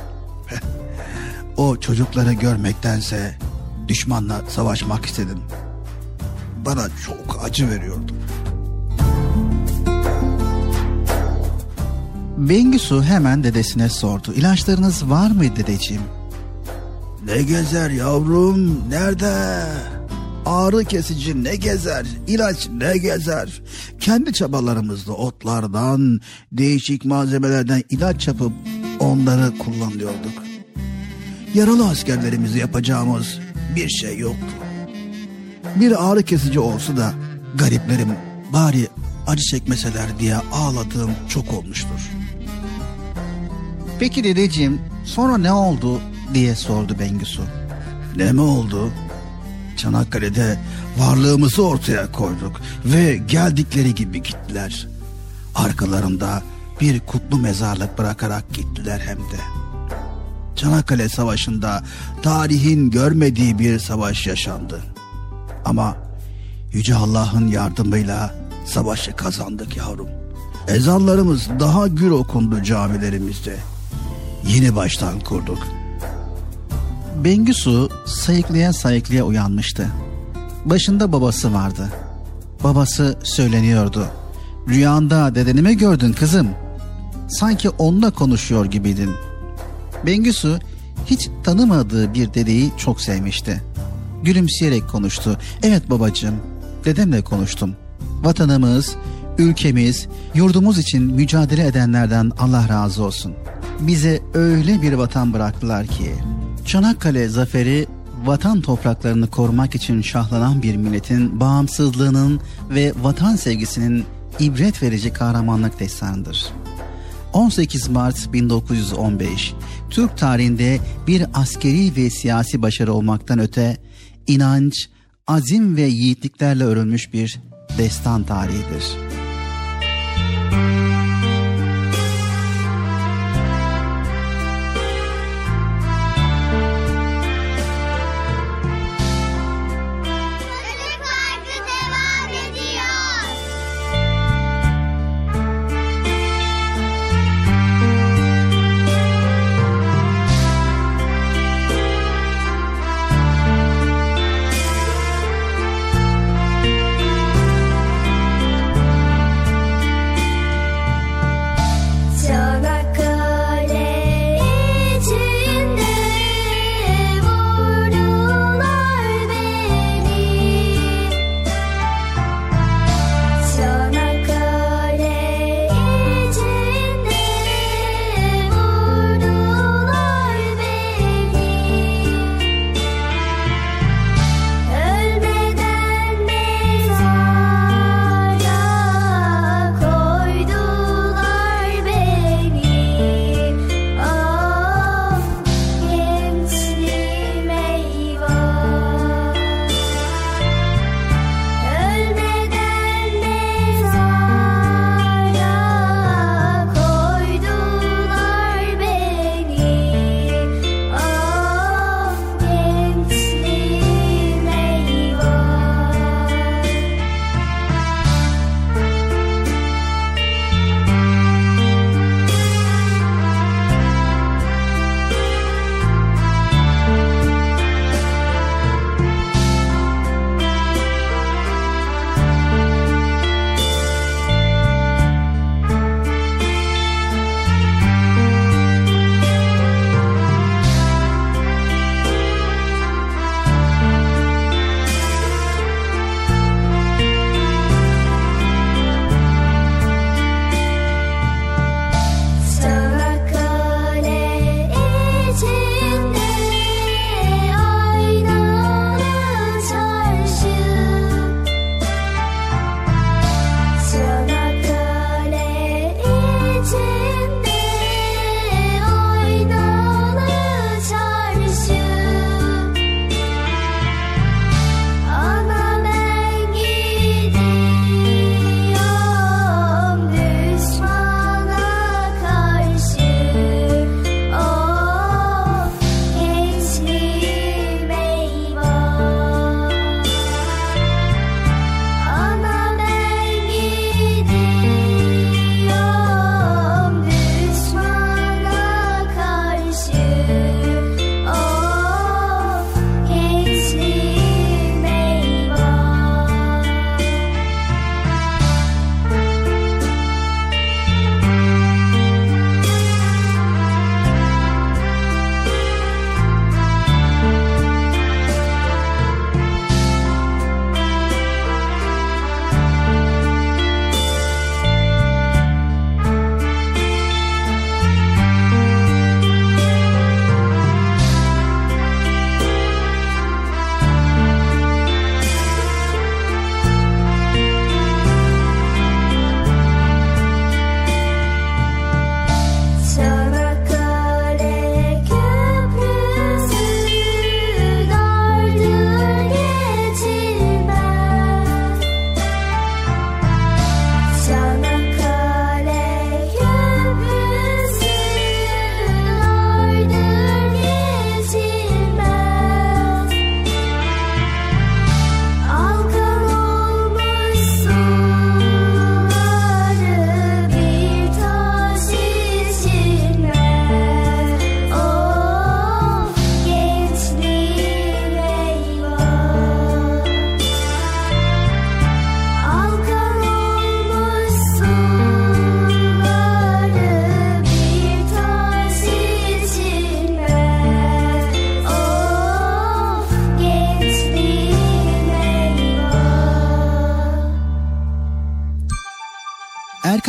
O çocukları görmektense düşmanla savaşmak istedim. Bana çok acı veriyordu. Bengisu hemen dedesine sordu. İlaçlarınız var mı dedeciğim? Ne gezer yavrum, nerede? Ağrı kesici ne gezer, ilaç ne gezer? Kendi çabalarımızla otlardan, değişik malzemelerden ilaç yapıp onları kullanıyorduk. Yaralı askerlerimize yapacağımız bir şey yoktu. Bir ağrı kesici olsa da gariplerim bari acı çekmeseler diye ağladığım çok olmuştur. Peki dedeciğim, sonra ne oldu diye sordu Bengisu. Ne mi oldu? Çanakkale'de varlığımızı ortaya koyduk ve geldikleri gibi gittiler. Arkalarında bir kutlu mezarlık bırakarak gittiler hem de. Çanakkale Savaşı'nda tarihin görmediği bir savaş yaşandı. Ama Yüce Allah'ın yardımıyla savaşı kazandık yavrum. Ezanlarımız daha gür okundu camilerimizde. Yeni baştan kurduk. Bengisu sayıklaya sayıklaya uyanmıştı. Başında babası vardı. Babası söyleniyordu. Rüyanda dedeni mi gördün kızım? Sanki onunla konuşuyor gibiydin. Bengisu hiç tanımadığı bir dedeyi çok sevmişti. Gülümseyerek konuştu. Evet babacığım, dedemle konuştum. Vatanımız, ülkemiz, yurdumuz için mücadele edenlerden Allah razı olsun. Bize öyle bir vatan bıraktılar ki, Çanakkale zaferi vatan topraklarını korumak için şahlanan bir milletin bağımsızlığının ve vatan sevgisinin ibret verici kahramanlık destanıdır. on sekiz Mart bin dokuz yüz on beş Türk tarihinde bir askeri ve siyasi başarı olmaktan öte inanç, azim ve yiğitliklerle örülmüş bir destan tarihidir.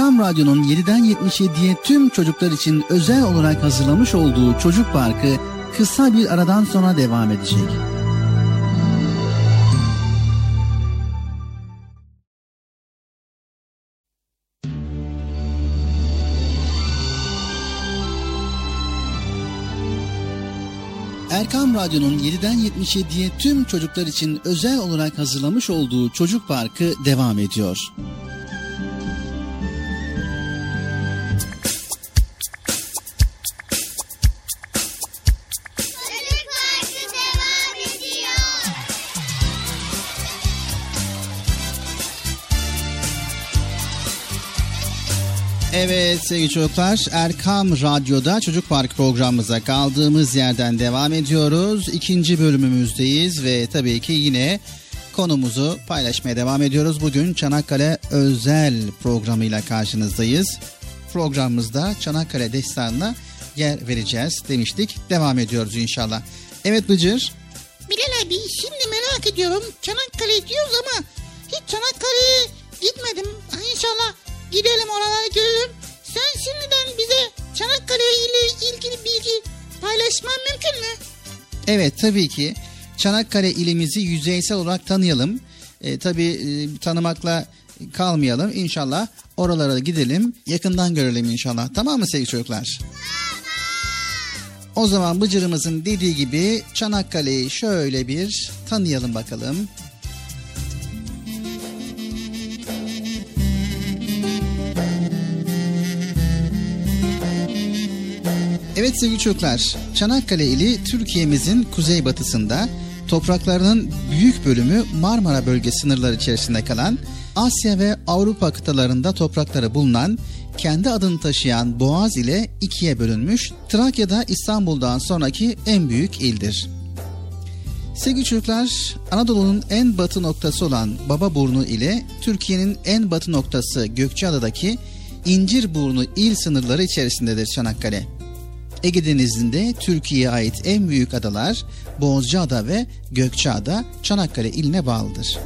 Erkam Radyo'nun yediden yetmiş yediye tüm çocuklar için özel olarak hazırlamış olduğu Çocuk Parkı kısa bir aradan sonra devam edecek. Erkam Radyo'nun yediden yetmiş yediye tüm çocuklar için özel olarak hazırlamış olduğu Çocuk Parkı devam ediyor. Çocuk Parkı devam ediyor. Evet sevgili çocuklar, Erkam Radyo'da Çocuk Park programımıza kaldığımız yerden devam ediyoruz. İkinci bölümümüzdeyiz ve tabii ki yine konumuzu paylaşmaya devam ediyoruz. Bugün Çanakkale özel programıyla karşınızdayız. Programımızda Çanakkale destanına yer vereceğiz demiştik. Devam ediyoruz inşallah. Evet Bıcır. Bilal abi şimdi merak ediyorum. Çanakkale diyoruz ama hiç Çanakkale'ye gitmedim. İnşallah gidelim, oraları görelim. Sen şimdiden bize Çanakkale ile ilgili bilgi paylaşman mümkün mü? Evet tabii ki. Çanakkale ilimizi yüzeysel olarak tanıyalım. E, tabii e, tanımakla kalmayalım. İnşallah oralara gidelim. Yakından görelim inşallah. Tamam mı sevgili çocuklar? O zaman Bıcır'ımızın dediği gibi Çanakkale'yi şöyle bir tanıyalım bakalım. Evet sevgili çocuklar, Çanakkale ili Türkiye'mizin kuzeybatısında, topraklarının büyük bölümü Marmara bölge sınırları içerisinde kalan, Asya ve Avrupa kıtalarında toprakları bulunan, kendi adını taşıyan Boğaz ile ikiye bölünmüş, Trakya'da İstanbul'dan sonraki en büyük ildir. Sevgili çocuklar, Anadolu'nun en batı noktası olan Bababurnu ile Türkiye'nin en batı noktası Gökçeada'daki İncirburnu il sınırları içerisindedir Çanakkale. Ege Denizi'nde Türkiye'ye ait en büyük adalar Bozcaada ve Gökçeada Çanakkale iline bağlıdır.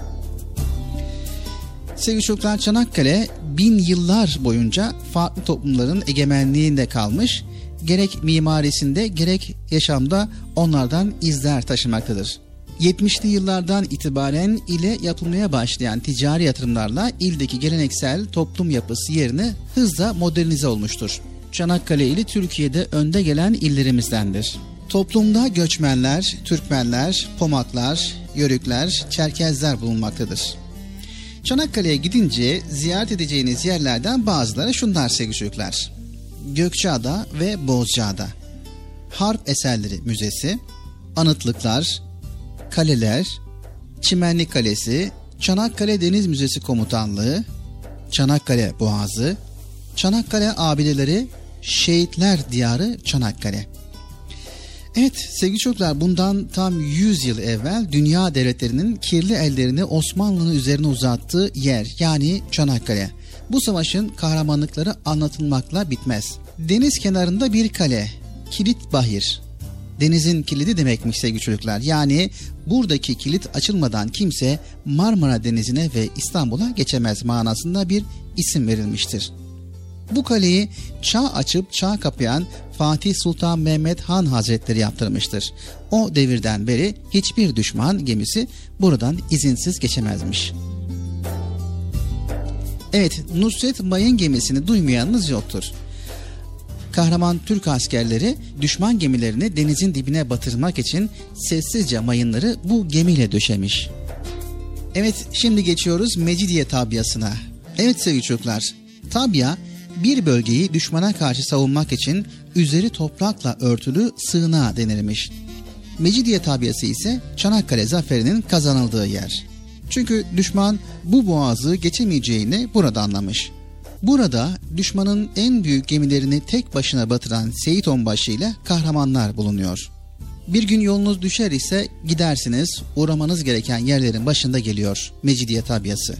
Sevgili çocuklar, Çanakkale bin yıllar boyunca farklı toplumların egemenliğinde kalmış, gerek mimarisinde gerek yaşamda onlardan izler taşımaktadır. yetmişli yıllardan itibaren ile yapılmaya başlayan ticari yatırımlarla ildeki geleneksel toplum yapısı yerine hızla modernize olmuştur. Çanakkale ili Türkiye'de önde gelen illerimizdendir. Toplumda göçmenler, Türkmenler, Pomaklar, Yörükler, Çerkezler bulunmaktadır. Çanakkale'ye gidince ziyaret edeceğiniz yerlerden bazıları şunlar sevgili çocuklar: Gökçeada ve Bozcaada, Harp Eserleri Müzesi, anıtlıklar, kaleler, Çimenlik Kalesi, Çanakkale Deniz Müzesi Komutanlığı, Çanakkale Boğazı, Çanakkale abideleri, Şehitler Diyarı Çanakkale. Evet sevgili çocuklar, bundan tam yüz yıl evvel dünya devletlerinin kirli ellerini Osmanlı'nın üzerine uzattığı yer, yani Çanakkale. Bu savaşın kahramanlıkları anlatılmakla bitmez. Deniz kenarında bir kale, Kilit Bahir. Denizin kilidi demekmiş sevgili çocuklar. Yani buradaki kilit açılmadan kimse Marmara Denizi'ne ve İstanbul'a geçemez manasında bir isim verilmiştir. Bu kaleyi çağ açıp çağ kapayan Fatih Sultan Mehmet Han Hazretleri yaptırmıştır. O devirden beri hiçbir düşman gemisi buradan izinsiz geçemezmiş. Evet, Nusret Mayın gemisini duymayanınız yoktur. Kahraman Türk askerleri düşman gemilerini denizin dibine batırmak için sessizce mayınları bu gemiyle döşemiş. Evet, şimdi geçiyoruz Mecidiye Tabyası'na. Evet sevgili çocuklar, tabya bir bölgeyi düşmana karşı savunmak için üzeri toprakla örtülü sığınağa denirmiş. Mecidiye Tabyası ise Çanakkale zaferinin kazanıldığı yer. Çünkü düşman bu boğazı geçemeyeceğini burada anlamış. Burada düşmanın en büyük gemilerini tek başına batıran Seyit Onbaşı ile kahramanlar bulunuyor. Bir gün yolunuz düşer ise gidersiniz, uğramanız gereken yerlerin başında geliyor Mecidiye Tabyası.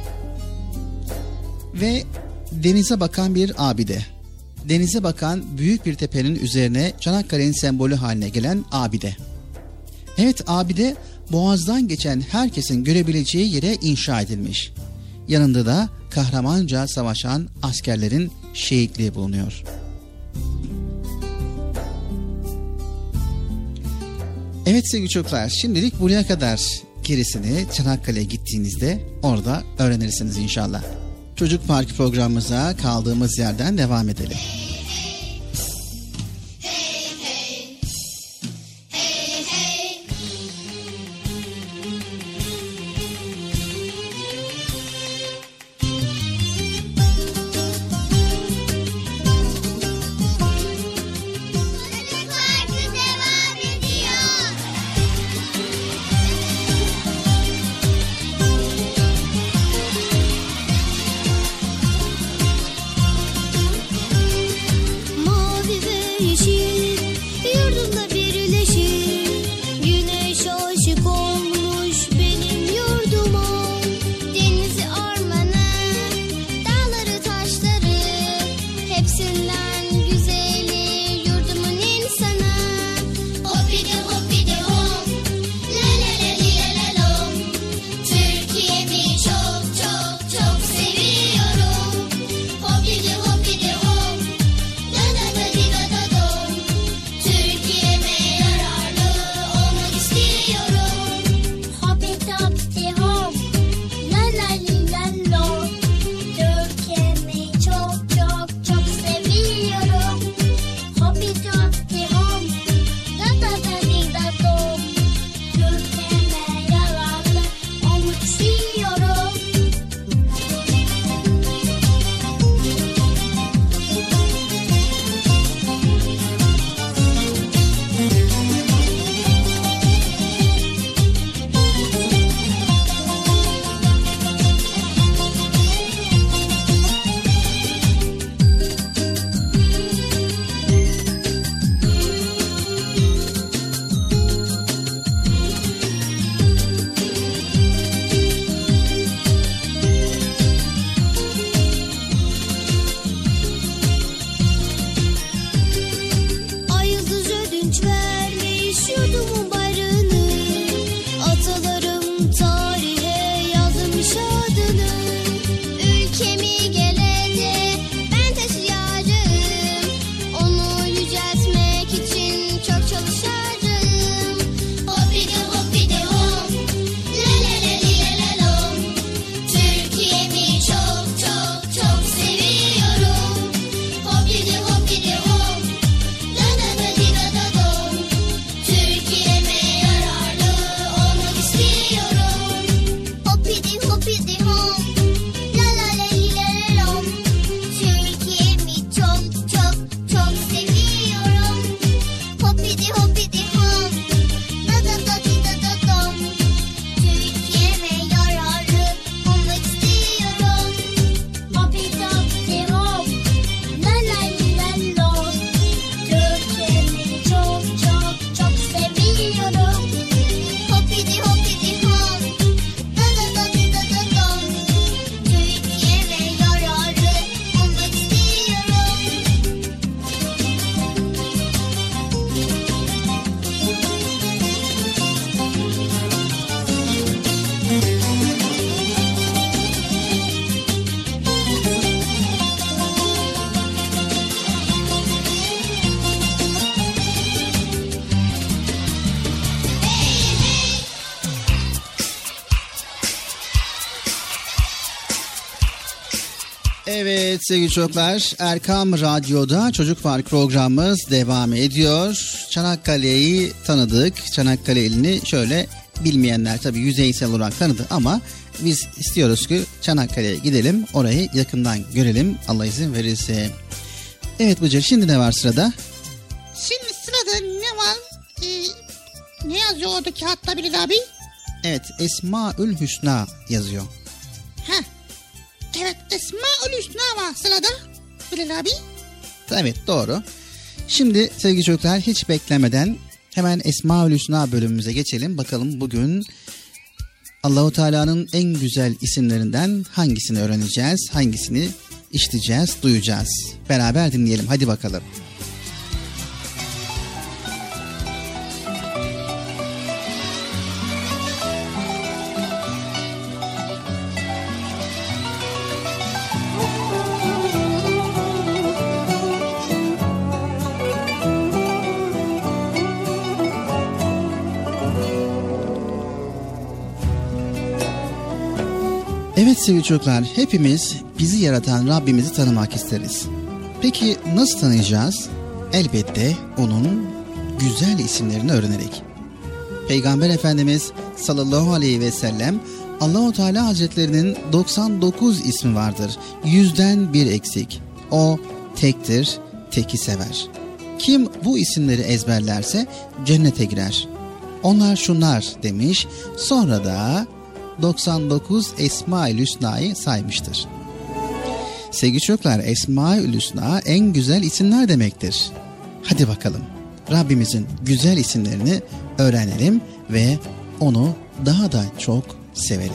Ve denize bakan bir abide. Denize bakan büyük bir tepenin üzerine Çanakkale'nin sembolü haline gelen abide. Evet, abide boğazdan geçen herkesin görebileceği yere inşa edilmiş. yanında da kahramanca savaşan askerlerin şehitliği bulunuyor. Evet sevgili çocuklar, şimdilik buraya kadar, gerisini Çanakkale'ye gittiğinizde orada öğrenirsiniz inşallah. Çocuk Parkı programımıza kaldığımız yerden devam edelim. Evet sevgili çocuklar, Erkam Radyo'da Çocuk Park programımız devam ediyor. Çanakkale'yi tanıdık. Çanakkale ilini şöyle bilmeyenler tabii yüzeysel olarak tanıdı ama biz istiyoruz ki Çanakkale'ye gidelim, orayı yakından görelim Allah izin verirse. Evet Bıcır, şimdi ne var sırada? Şimdi sırada ne var? Ee, ne yazıyor orada kağıtta Bilal abi? Evet, Esmaül Hüsna yazıyor. Heh. Evet, Esmaül Hüsna var sırada Bilal abi. Evet, doğru. Şimdi sevgili çocuklar, hiç beklemeden hemen Esmaül Hüsna bölümümüze geçelim. Bakalım bugün Allahu Teala'nın en güzel isimlerinden hangisini öğreneceğiz, hangisini işiteceğiz, duyacağız. Beraber dinleyelim, hadi bakalım. Evet sevgili çocuklar, hepimiz bizi yaratan Rabbimizi tanımak isteriz. Peki nasıl tanıyacağız? Elbette onun güzel isimlerini öğrenerek. Peygamber Efendimiz sallallahu aleyhi ve sellem Allah-u Teala Hazretlerinin doksan dokuz ismi vardır. Yüzden bir eksik. O tektir, teki sever. Kim bu isimleri ezberlerse cennete girer. Onlar şunlar demiş, sonra da doksan dokuz Esma-ül Hüsna'yı saymıştır. Sevgili çocuklar, Esma-ül Hüsna en güzel isimler demektir. Hadi bakalım Rabbimizin güzel isimlerini öğrenelim ve onu daha da çok sevelim.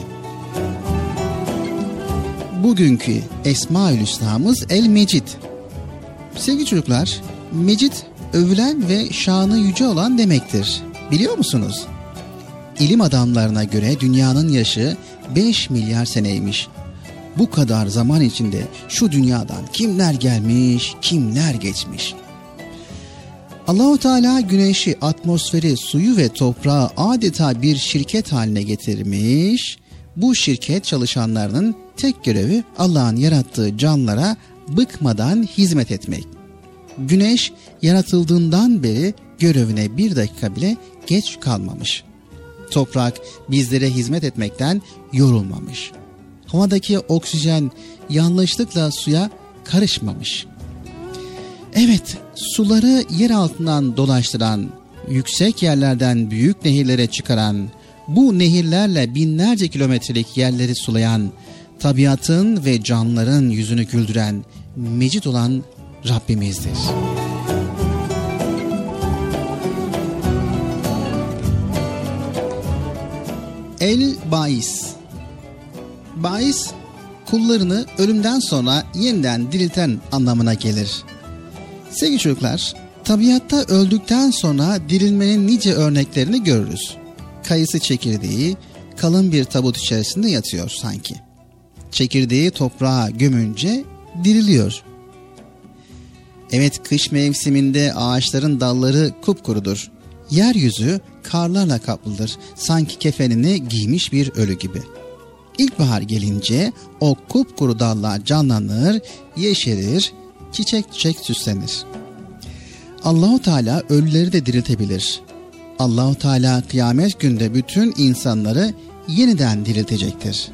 Bugünkü Esma-ül Hüsna'mız El-Mecid. Sevgili çocuklar, Mecid övülen ve şanı yüce olan demektir. Biliyor musunuz? İlim adamlarına göre dünyanın yaşı beş milyar seneymiş. Bu kadar zaman içinde şu dünyadan kimler gelmiş, kimler geçmiş. Allah-u Teala güneşi, atmosferi, suyu ve toprağı adeta bir şirket haline getirmiş. Bu şirket çalışanlarının tek görevi Allah'ın yarattığı canlılara bıkmadan hizmet etmek. Güneş yaratıldığından beri görevine bir dakika bile geç kalmamış. Toprak bizlere hizmet etmekten yorulmamış. Havadaki oksijen yanlışlıkla suya karışmamış. Evet, suları yer altından dolaştıran, yüksek yerlerden büyük nehirlere çıkaran, bu nehirlerle binlerce kilometrelik yerleri sulayan, tabiatın ve canlıların yüzünü güldüren, mecid olan Rabbimizdir. El-Bais. Bais, kullarını ölümden sonra yeniden dirilten anlamına gelir. Sevgili çocuklar, tabiatta öldükten sonra dirilmenin nice örneklerini görürüz. Kayısı çekirdeği kalın bir tabut içerisinde yatıyor sanki. Çekirdeği toprağa gömünce diriliyor. Evet, kış mevsiminde ağaçların dalları kupkurudur. Yeryüzü karlarla kaplıdır, sanki kefenini giymiş bir ölü gibi. İlkbahar gelince o kupkuru dallar canlanır, yeşerir, çiçek çiçek süslenir. Allah-u Teala ölüleri de diriltebilir. Allah-u Teala kıyamet günde bütün insanları yeniden diriltecektir.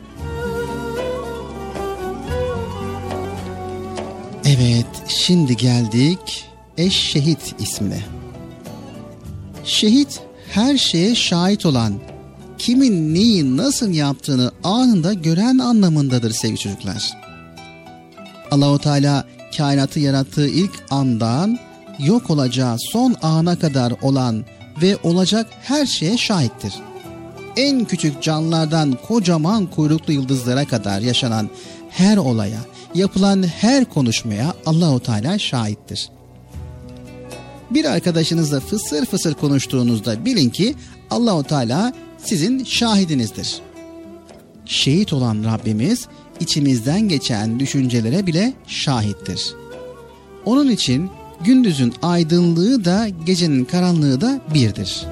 Evet, şimdi geldik Eş-Şehit ismine. Şehit, her şeye şahit olan, kimin neyi nasıl yaptığını anında gören anlamındadır sevgili çocuklar. Allah-u Teala kainatı yarattığı ilk andan yok olacağı son ana kadar olan ve olacak her şeye şahittir. En küçük canlılardan kocaman kuyruklu yıldızlara kadar yaşanan her olaya, yapılan her konuşmaya Allah-u Teala şahittir. Bir arkadaşınızla fısır fısır konuştuğunuzda bilin ki Allah-u Teala sizin şahidinizdir. Şehit olan Rabbimiz içimizden geçen düşüncelere bile şahittir. Onun için gündüzün aydınlığı da gecenin karanlığı da birdir.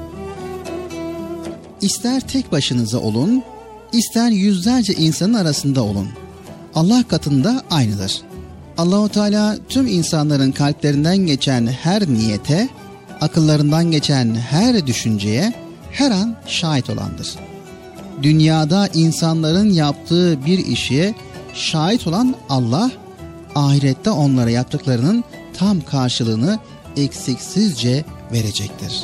İster tek başınıza olun, ister yüzlerce insanın arasında olun. Allah katında aynıdır. Allah-u Teala tüm insanların kalplerinden geçen her niyete, akıllarından geçen her düşünceye her an şahit olandır. Dünyada insanların yaptığı bir işe şahit olan Allah, ahirette onlara yaptıklarının tam karşılığını eksiksizce verecektir.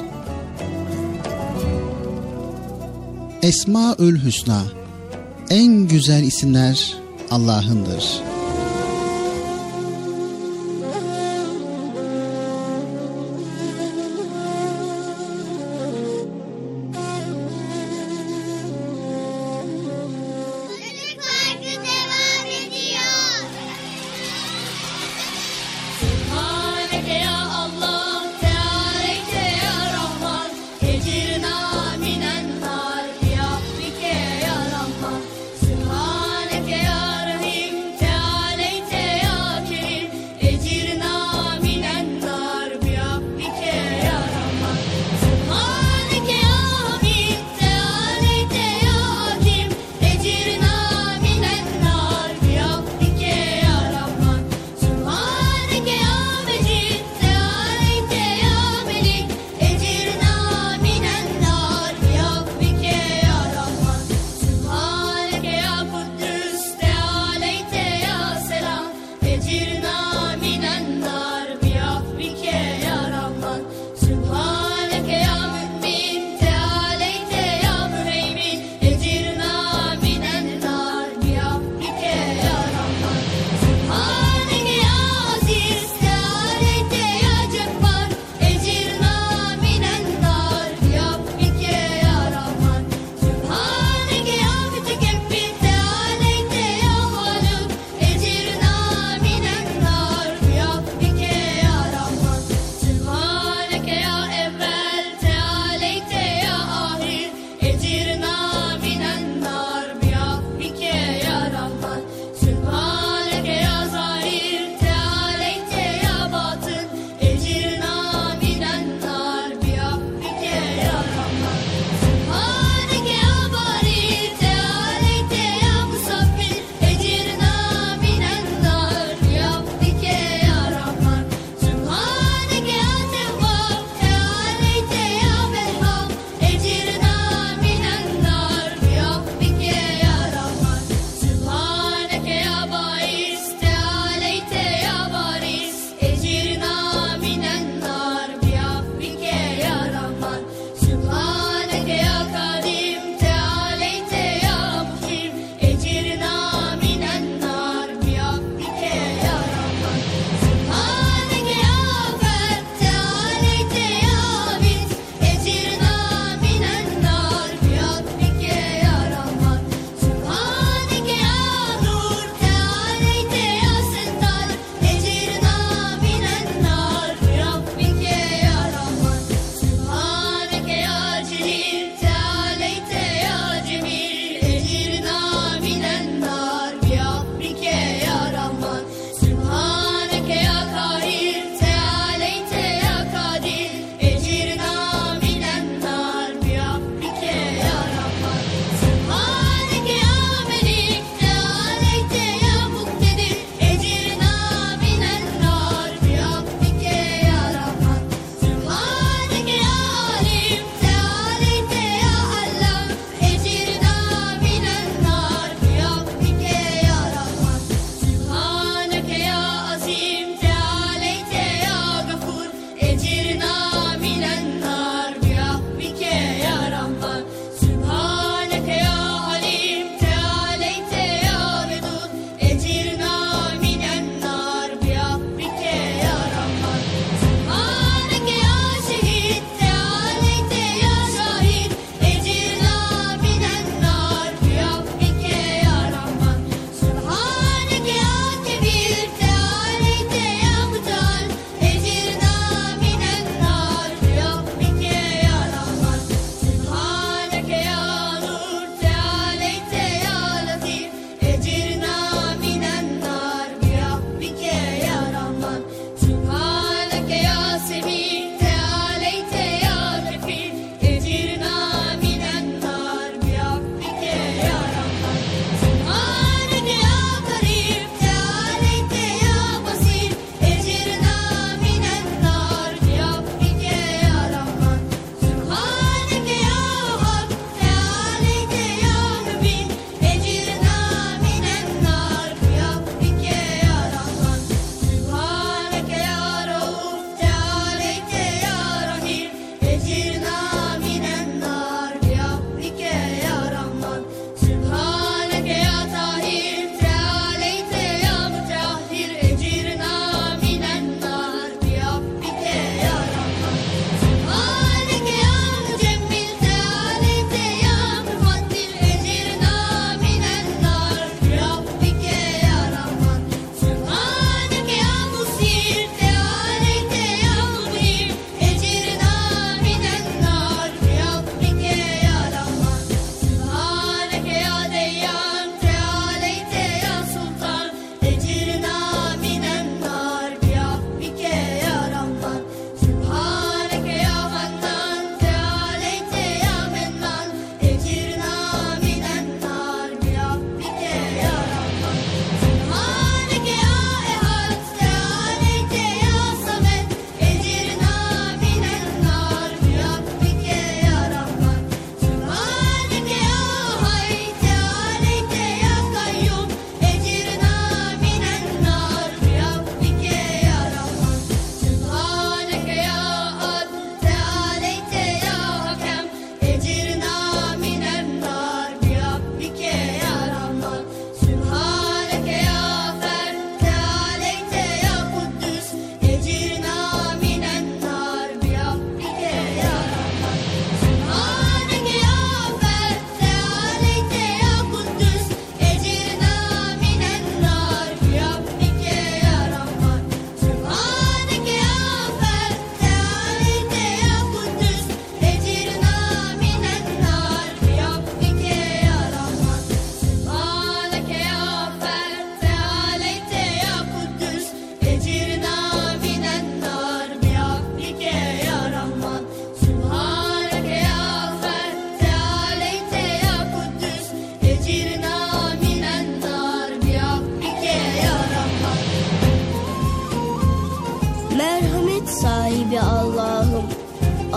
Esma-ül Hüsna, en güzel isimler Allah'ındır. Subhaneke ya Rahim, Teala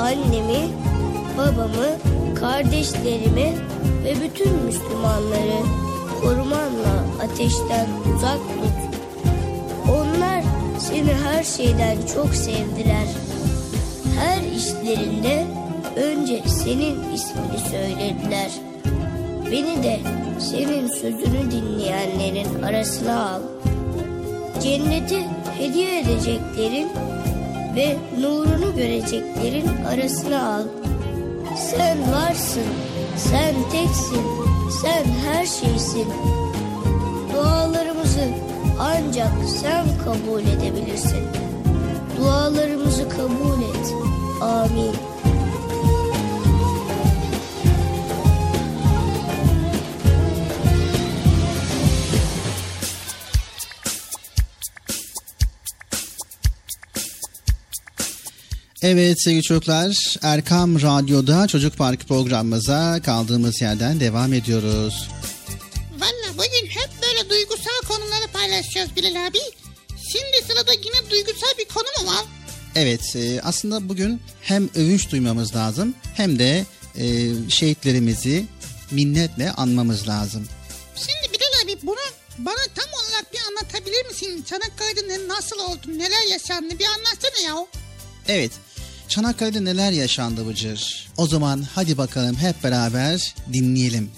annemi, babamı, kardeşlerimi ve bütün Müslümanları korumanla ateşten uzak tut. Onlar seni her şeyden çok sevdiler. Her işlerinde önce senin ismini söylediler. Beni de senin sözünü dinleyenlerin arasına al. Cenneti hediye edeceklerin ve nurunu göreceklerin arasına al. Sen varsın, sen teksin, sen her şeysin. Dualarımızı ancak sen kabul edebilirsin. Dualarımızı kabul et. Amin. Evet sevgili çocuklar, Erkam Radyo'da Çocuk Parkı programımıza kaldığımız yerden devam ediyoruz. Valla bugün hep böyle duygusal konuları paylaşacağız Bilal abi. Şimdi sırada yine duygusal bir konu mu var? Evet, e, aslında bugün hem övünç duymamız lazım hem de e, şehitlerimizi minnetle anmamız lazım. Şimdi Bilal abi bunu bana tam olarak bir anlatabilir misin? Çanakkale'de nasıl oldu, neler yaşandı bir anlatsana ya. Evet, Çanakkale'de neler yaşandı Bıcır? O zaman hadi bakalım hep beraber dinleyelim.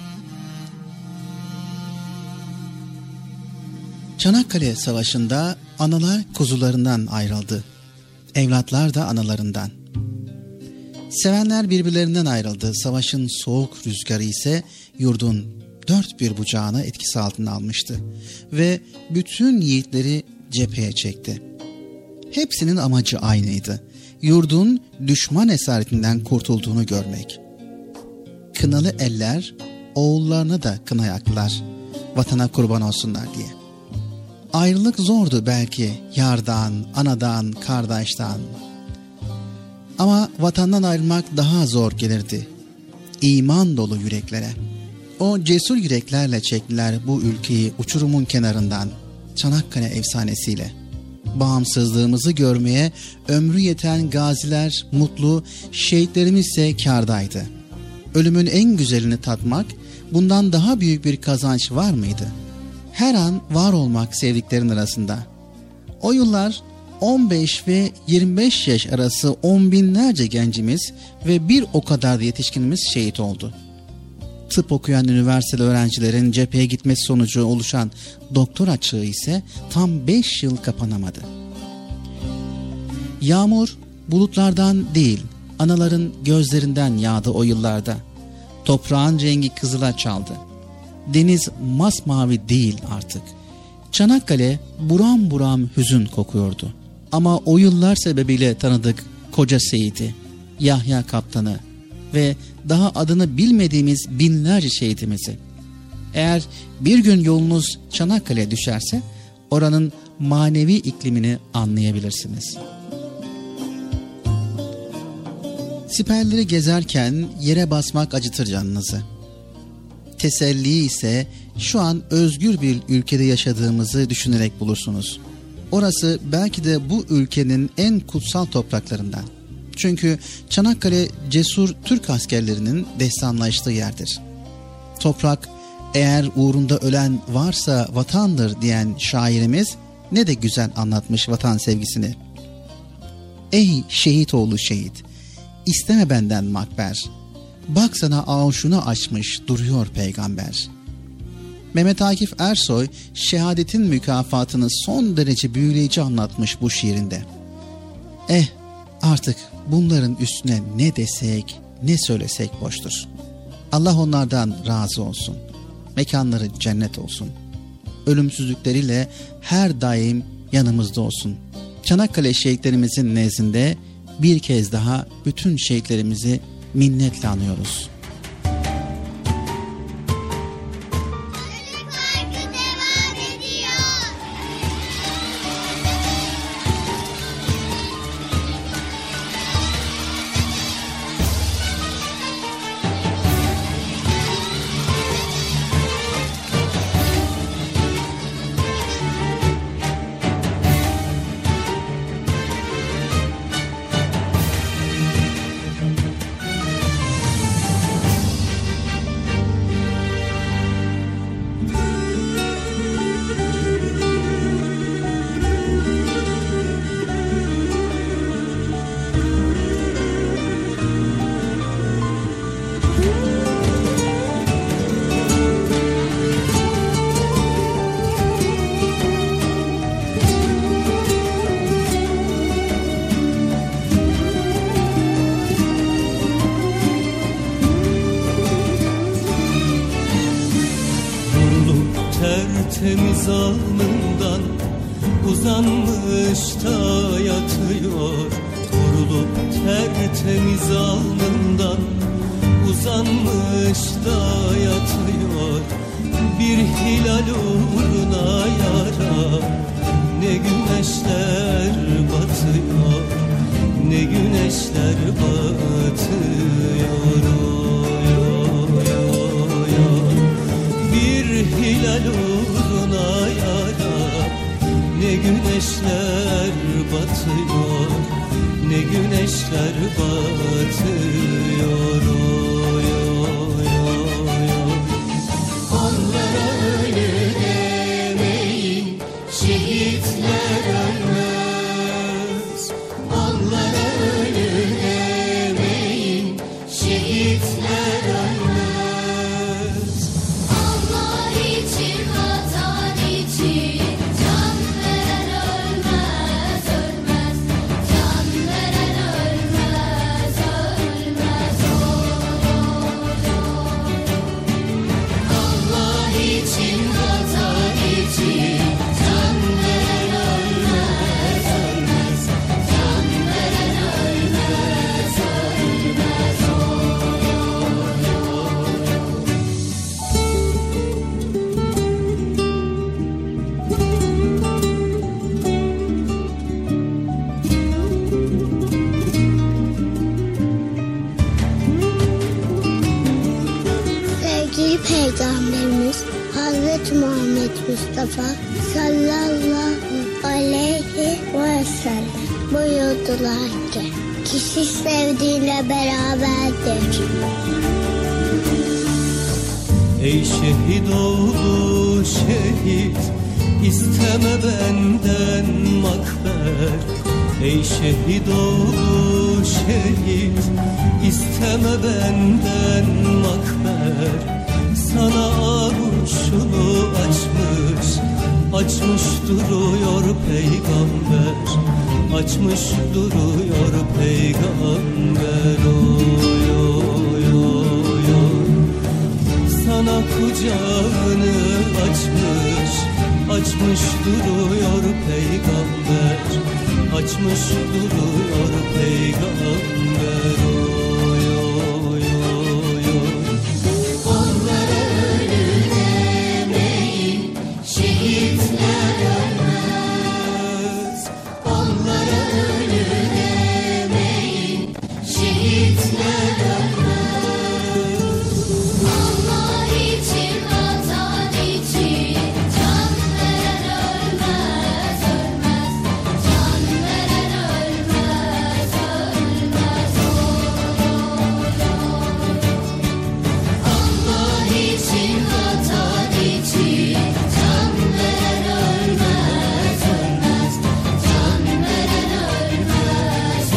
Çanakkale Savaşı'nda analar kuzularından ayrıldı. Evlatlar da analarından. Sevenler birbirlerinden ayrıldı. Savaşın soğuk rüzgarı ise yurdun dört bir bucağını etkisi altına almıştı. Ve bütün yiğitleri cepheye çekti. Hepsinin amacı aynıydı. Yurdun düşman esaretinden kurtulduğunu görmek. Kınalı eller oğullarına da kına yaktılar. Vatana kurban olsunlar diye. Ayrılık zordu belki yardan, anadan, kardeşten. Ama vatandan ayrılmak daha zor gelirdi. İman dolu yüreklere. O cesur yüreklerle çektiler bu ülkeyi uçurumun kenarından. Çanakkale efsanesiyle. Bağımsızlığımızı görmeye ömrü yeten gaziler mutlu, şehitlerimiz ise kârdaydı. Ölümün en güzelini tatmak, bundan daha büyük bir kazanç var mıydı? Her an var olmak sevdiklerin arasında. O yıllar on beş ve yirmi beş yaş arası on binlerce gencimiz ve bir o kadar da yetişkinimiz şehit oldu. Tıp okuyan üniversiteli öğrencilerin cepheye gitmesi sonucu oluşan doktor açığı ise tam beş yıl kapanamadı. Yağmur bulutlardan değil, anaların gözlerinden yağdı o yıllarda. Toprağın rengi kızıla çaldı. Deniz masmavi değil artık. Çanakkale buram buram hüzün kokuyordu. Ama o yıllar sebebiyle tanıdık koca Seyit'i, Yahya Kaptan'ı ve daha adını bilmediğimiz binlerce şehidimizi. Eğer bir gün yolunuz Çanakkale'ye düşerse oranın manevi iklimini anlayabilirsiniz. Siperleri gezerken yere basmak acıtır canınızı. Teselli ise şu an özgür bir ülkede yaşadığımızı düşünerek bulursunuz. Orası belki de bu ülkenin en kutsal topraklarından. Çünkü Çanakkale cesur Türk askerlerinin destanlaştığı yerdir. Toprak eğer uğrunda ölen varsa vatandır diyen şairimiz ne de güzel anlatmış vatan sevgisini. Ey şehit oğlu şehit, isteme benden makber. Bak sana avşunu açmış duruyor peygamber. Mehmet Akif Ersoy şehadetin mükafatını son derece büyüleyici anlatmış bu şiirinde. Eh artık bunların üstüne ne desek ne söylesek boştur. Allah onlardan razı olsun. Mekanları cennet olsun. Ölümsüzlükleriyle her daim yanımızda olsun. Çanakkale şehitlerimizin nezdinde bir kez daha bütün şehitlerimizi minnetle anıyoruz. Parkı devam ediyor. tertemiz alnından uzanmış da yatıyor. Vurulup tertemiz alnından uzanmış da yatıyor. Bir hilal uğruna yara ne güneşler batıyor, ne güneşler batıyor. Oy, oy, oy, oy. Bir hilal uğruna yara ne güneşler batıyor, ne güneşler batıyor. Oy, oy, oy, oy. Onlara ölü demeyin, şehitler ölmez. Onlara ölü demeyin, şehitler ölmez. Allah için, vatan için can veren ölmez, ölmez. Can veren ölmez, ölmez. Allah için, vatan için can veren ölmez, ölmez. Can veren ölmez, ölmez. Sevgili Peygamberimiz Hazreti Muhammed Mustafa sallallahu aleyhi ve sellem buyurdular ki kişi sevdiğiyle beraberdir. Ey şehit oğlu şehit, isteme benden makber. Ey şehit oğlu şehit, isteme benden makber. Sana avuşunu açmış, açmış duruyor peygamber. Açmış duruyor peygamber. Oy, oy, oy, oy. Sana kucağını açmış, açmış duruyor peygamber. Açmış duruyor peygamber. Oy, oy, oy, oy. Onlara ölü demeyin, şehitler ölmez. Onlara ölü demeyin, şehitler ölmez. Allah için, vatan için can veren ölmez, ölmez. Can veren ölmez, ölmez. Allah için, vatan için can veren ölmez, ölmez. Can veren ölmez,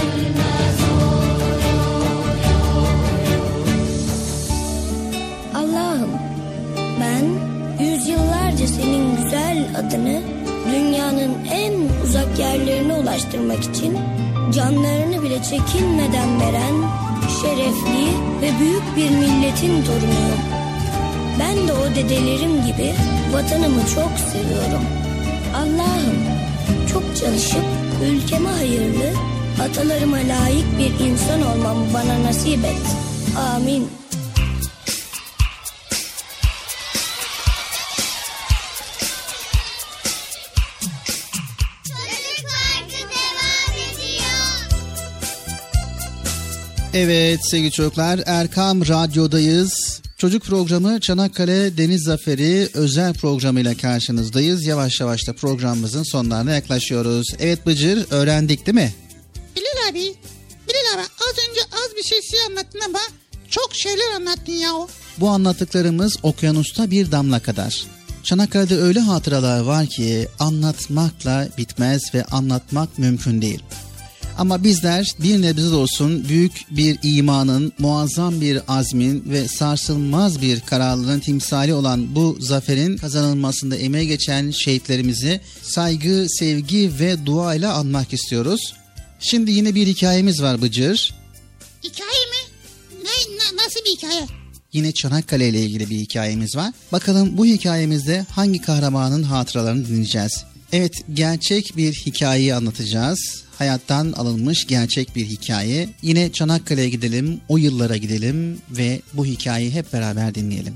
ölmez. Allah'ım ben yüzyıllarca senin güzel adını dünyanın en uzak yerlerine ulaştırmak için canlarını bile çekinmeden veren şerefli ve büyük bir milletin torunuyum. Ben de o dedelerim gibi vatanımı çok seviyorum. Allah'ım çok çalışıp ülkeme hayırlı, atalarıma layık bir insan olmamı bana nasip et. Amin. Çocuk Parkı devam ediyor. Evet sevgili çocuklar, Erkam Radyo'dayız. Çocuk programı Çanakkale Deniz Zaferi özel programıyla karşınızdayız. Yavaş yavaş da programımızın sonlarına yaklaşıyoruz. Evet Bıcır, öğrendik değil mi? Bilal abi, Bilal abi az önce az bir şey size anlattın ama çok şeyler anlattın ya. Bu anlattıklarımız okyanusta bir damla kadar. Çanakkale'de öyle hatıralar var ki anlatmakla bitmez ve anlatmak mümkün değil. Ama bizler bir nebze de olsun büyük bir imanın, muazzam bir azmin ve sarsılmaz bir kararlılığın timsali olan bu zaferin kazanılmasında emeği geçen şehitlerimizi saygı, sevgi ve dua ile anmak istiyoruz. Şimdi yine bir hikayemiz var Bıcır. Hikaye mi? Ne, na- nasıl bir hikaye? Yine Çanakkale ile ilgili bir hikayemiz var. Bakalım bu hikayemizde hangi kahramanın hatıralarını dinleyeceğiz? Evet, gerçek bir hikayeyi anlatacağız. Hayattan alınmış gerçek bir hikaye. Yine Çanakkale'ye gidelim, o yıllara gidelim ve bu hikayeyi hep beraber dinleyelim.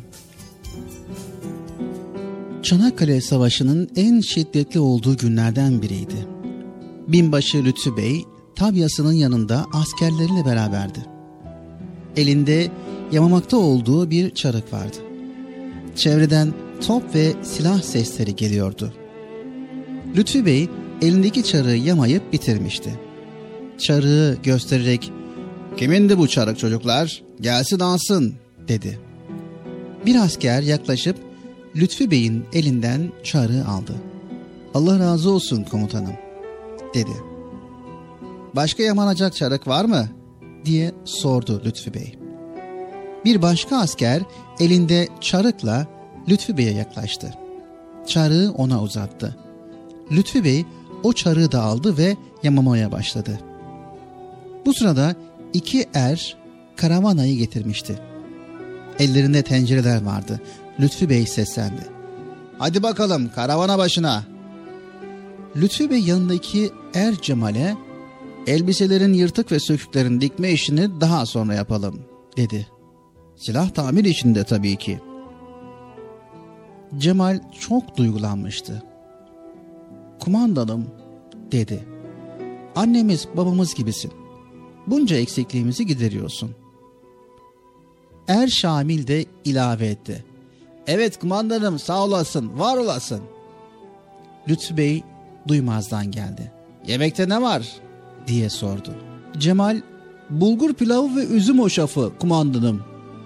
Çanakkale Savaşı'nın en şiddetli olduğu günlerden biriydi. Binbaşı Lütfü Bey, tabyasının yanında askerleriyle beraberdi. Elinde yamamakta olduğu bir çarık vardı. Çevreden top ve silah sesleri geliyordu. Lütfü Bey elindeki çarığı yamayıp bitirmişti. Çarığı göstererek "Kimindi bu çarık çocuklar? Gelsin alsın," dedi. Bir asker yaklaşıp Lütfü Bey'in elinden çarığı aldı. "Allah razı olsun komutanım," dedi. "Başka yamanacak çarık var mı?" diye sordu Lütfü Bey. Bir başka asker elinde çarıkla Lütfü Bey'e yaklaştı. Çarığı ona uzattı. Lütfü Bey o çarığı da aldı ve yamamaya başladı. Bu sırada iki er karavanayı getirmişti. Ellerinde tencereler vardı. Lütfü Bey seslendi. "Hadi bakalım karavana başına." Lütfü Bey yanındaki er Cemal'e "Elbiselerin yırtık ve söküklerin dikme işini daha sonra yapalım," dedi. "Silah tamir işinde tabii ki." Cemal çok duygulanmıştı. "Kumandanım," dedi. "Annemiz babamız gibisin. Bunca eksikliğimizi gideriyorsun." Er Şamil de ilave etti. "Evet kumandanım, sağ olasın, var olasın." Lütfü Bey duymazdan geldi. "Yemekte ne var?" diye sordu. Cemal, "Bulgur pilavı ve üzüm hoşafı kumandanım."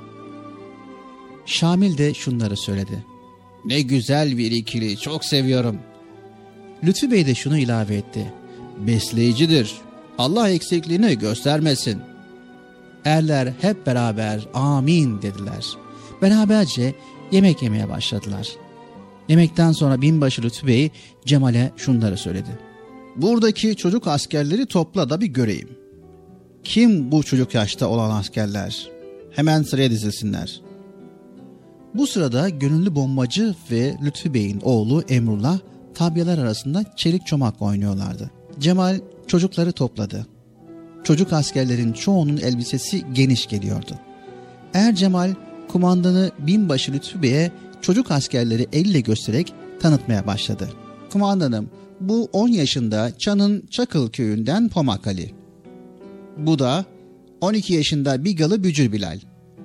Şamil de şunları söyledi. "Ne güzel bir ikili, çok seviyorum." Lütfü Bey de şunu ilave etti. "Besleyicidir. Allah eksikliğini göstermesin." Erler hep beraber amin dediler. Beraberce yemek yemeye başladılar. Yemekten sonra binbaşı Lütfü Bey Cemal'e şunları söyledi. "Buradaki çocuk askerleri topla da bir göreyim. Kim bu çocuk yaşta olan askerler? Hemen sıraya dizilsinler." Bu sırada gönüllü bombacı ve Lütfü Bey'in oğlu Emrullah tabyalar arasında çelik çomak oynuyorlardı. Cemal çocukları topladı. Çocuk askerlerin çoğunun elbisesi geniş geliyordu. Er Cemal kumandanı binbaşı Lütfü Bey'e çocuk askerleri elle göstererek tanıtmaya başladı. "Kumandanım, bu on yaşında Çan'ın Çakıl köyünden Pomak Ali. Bu da on iki yaşında Bigalı Bücür Bilal.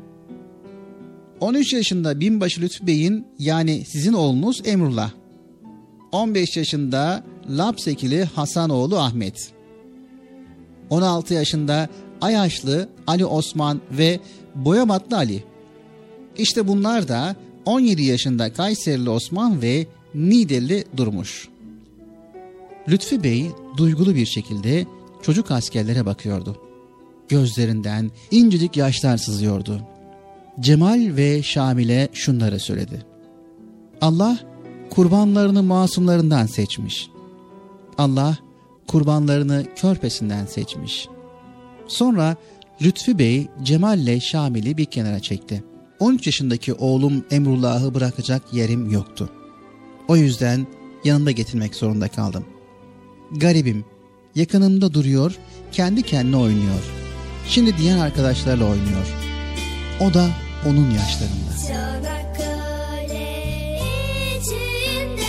on üç yaşında binbaşı Lütfü Bey'in yani sizin oğlunuz Emrullah. on beş yaşında Lapsekili Hasanoğlu Ahmet. on altı yaşında Ayaşlı Ali Osman ve Boyamatlı Ali. İşte bunlar da on yedi yaşında Kayserili Osman ve Niğdeli Durmuş." Lütfü Bey duygulu bir şekilde çocuk askerlere bakıyordu. Gözlerinden incecik yaşlar sızıyordu. Cemal ve Şamil'e şunları söyledi. "Allah kurbanlarını masumlarından seçmiş. Allah kurbanlarını körpesinden seçmiş." Sonra Lütfü Bey Cemal ile Şamil'i bir kenara çekti. on üç yaşındaki oğlum Emrullah'ı bırakacak yerim yoktu. O yüzden yanımda getirmek zorunda kaldım. Garibim, yakınımda duruyor, kendi kendine oynuyor. Şimdi diğer arkadaşlarla oynuyor. O da onun yaşlarında. Çanakkale içinde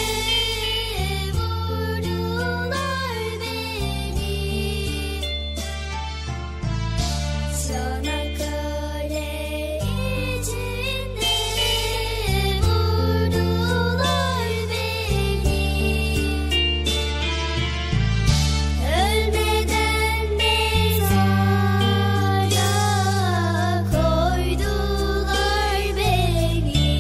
vurdular beni. Çanakkale içinde vurdular beni. Ölmeden mezara koydular beni.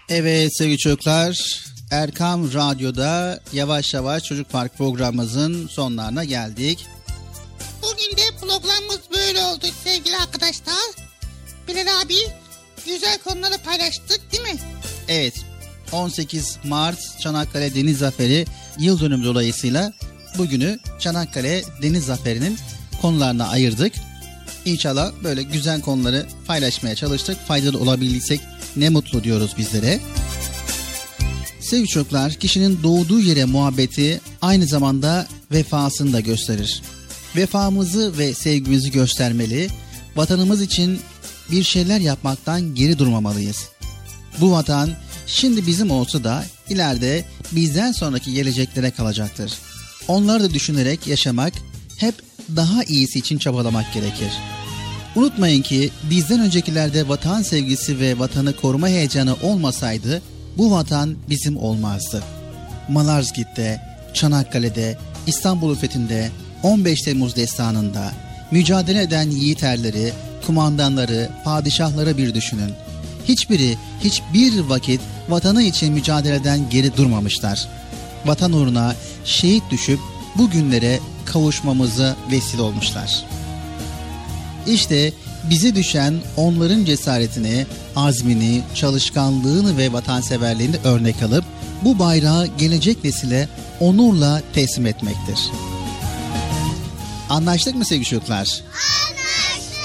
Evet sevgili çocuklar, Erkam Radyo'da yavaş yavaş Çocuk Park programımızın sonlarına geldik. Bugün de programımız böyle oldu sevgili arkadaşlar. Bilal abi güzel konuları paylaştık değil mi? Evet, on sekiz Mart Çanakkale Deniz Zaferi yıl dönümü dolayısıyla bugünü Çanakkale Deniz Zaferi'nin konularına ayırdık. İnşallah böyle güzel konuları paylaşmaya çalıştık. Faydalı olabildiysek ne mutlu diyoruz bizlere. Sevgili çocuklar, kişinin doğduğu yere muhabbeti aynı zamanda vefasını da gösterir. Vefamızı ve sevgimizi göstermeli, vatanımız için bir şeyler yapmaktan geri durmamalıyız. Bu vatan şimdi bizim olsa da ileride bizden sonraki geleceklere kalacaktır. Onları da düşünerek yaşamak, hep daha iyisi için çabalamak gerekir. Unutmayın ki bizden öncekilerde vatan sevgisi ve vatanı koruma heyecanı olmasaydı bu vatan bizim olmazdı. Malazgirt'te, Çanakkale'de, İstanbul fethinde, on beş Temmuz destanında mücadele eden yiğiterleri, kumandanları, padişahları bir düşünün. Hiçbiri hiçbir vakit vatanı için mücadeleden geri durmamışlar. Vatan uğruna şehit düşüp bugünlere kavuşmamıza vesile olmuşlar. İşte bize düşen onların cesaretini, azmini, çalışkanlığını ve vatanseverliğini örnek alıp bu bayrağı gelecek nesile onurla teslim etmektir. Anlaştık mı sevgili çocuklar? Anlaştık.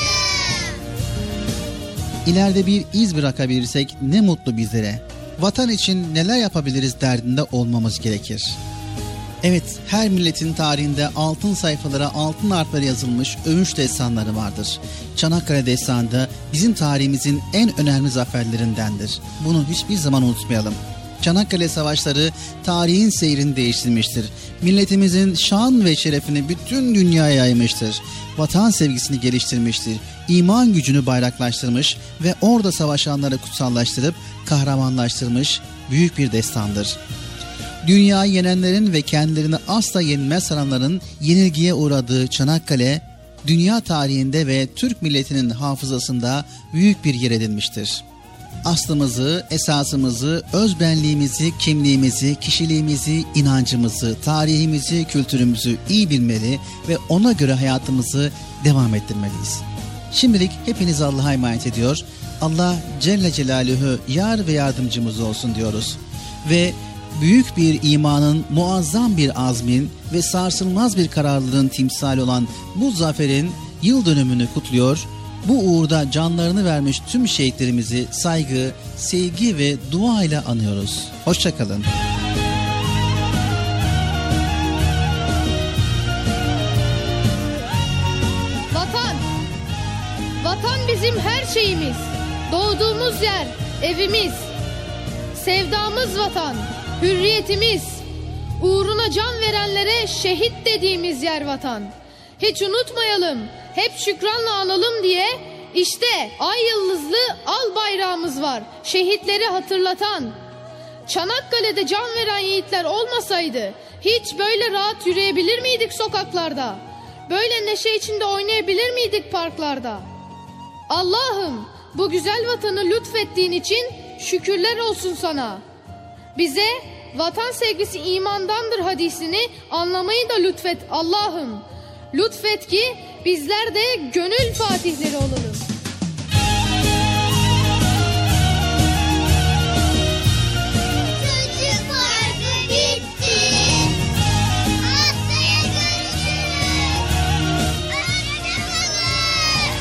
İleride bir iz bırakabilirsek ne mutlu bizlere. Vatan için neler yapabiliriz derdinde olmamız gerekir. Evet, her milletin tarihinde altın sayfalara, altın harflere yazılmış övünç destanları vardır. Çanakkale Destanı da bizim tarihimizin en önemli zaferlerindendir. Bunu hiçbir zaman unutmayalım. Çanakkale Savaşları tarihin seyrini değiştirmiştir. Milletimizin şan ve şerefini bütün dünyaya yaymıştır. Vatan sevgisini geliştirmiştir. İman gücünü bayraklaştırmış ve orada savaşanları kutsallaştırıp kahramanlaştırmış büyük bir destandır. Dünyayı yenenlerin ve kendilerini asla yenilmez sananların yenilgiye uğradığı Çanakkale, dünya tarihinde ve Türk milletinin hafızasında büyük bir yer edinmiştir. Aslımızı, esasımızı, özbenliğimizi, kimliğimizi, kişiliğimizi, inancımızı, tarihimizi, kültürümüzü iyi bilmeli ve ona göre hayatımızı devam ettirmeliyiz. Şimdilik hepiniz Allah'a emanet ediyor. Allah Celle Celaluhu yar ve yardımcımız olsun diyoruz. Ve büyük bir imanın, muazzam bir azmin ve sarsılmaz bir kararlılığın timsali olan bu zaferin yıl dönümünü kutluyor. Bu uğurda canlarını vermiş tüm şehitlerimizi saygı, sevgi ve dua ile anıyoruz. Hoşça kalın. Vatan, vatan bizim her şeyimiz. Doğduğumuz yer, evimiz. Sevdamız vatan, hürriyetimiz. Uğruna can verenlere şehit dediğimiz yer vatan. Hiç unutmayalım, hep şükranla analım diye işte ay yıldızlı al bayrağımız var, şehitleri hatırlatan. Çanakkale'de can veren yiğitler olmasaydı hiç böyle rahat yürüyebilir miydik sokaklarda? Böyle neşe içinde oynayabilir miydik parklarda? Allah'ım, bu güzel vatanı lütfettiğin için şükürler olsun sana. Bize vatan sevgisi imandandır hadisini anlamayı da lütfet Allah'ım. Lütfet ki bizler de gönül fatihleri olalım. Çocuk Parkı bitti. Haftaya görüşürüz. Öğretmen kalır.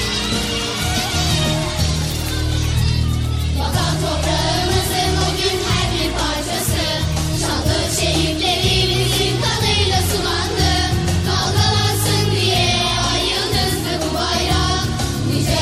Vatan toprağımızın bugün her bir parçası, şanlı şehitlerimizin kanıyla sulandı. Dalgalansın diye ay yıldızlı bu bayrak, nice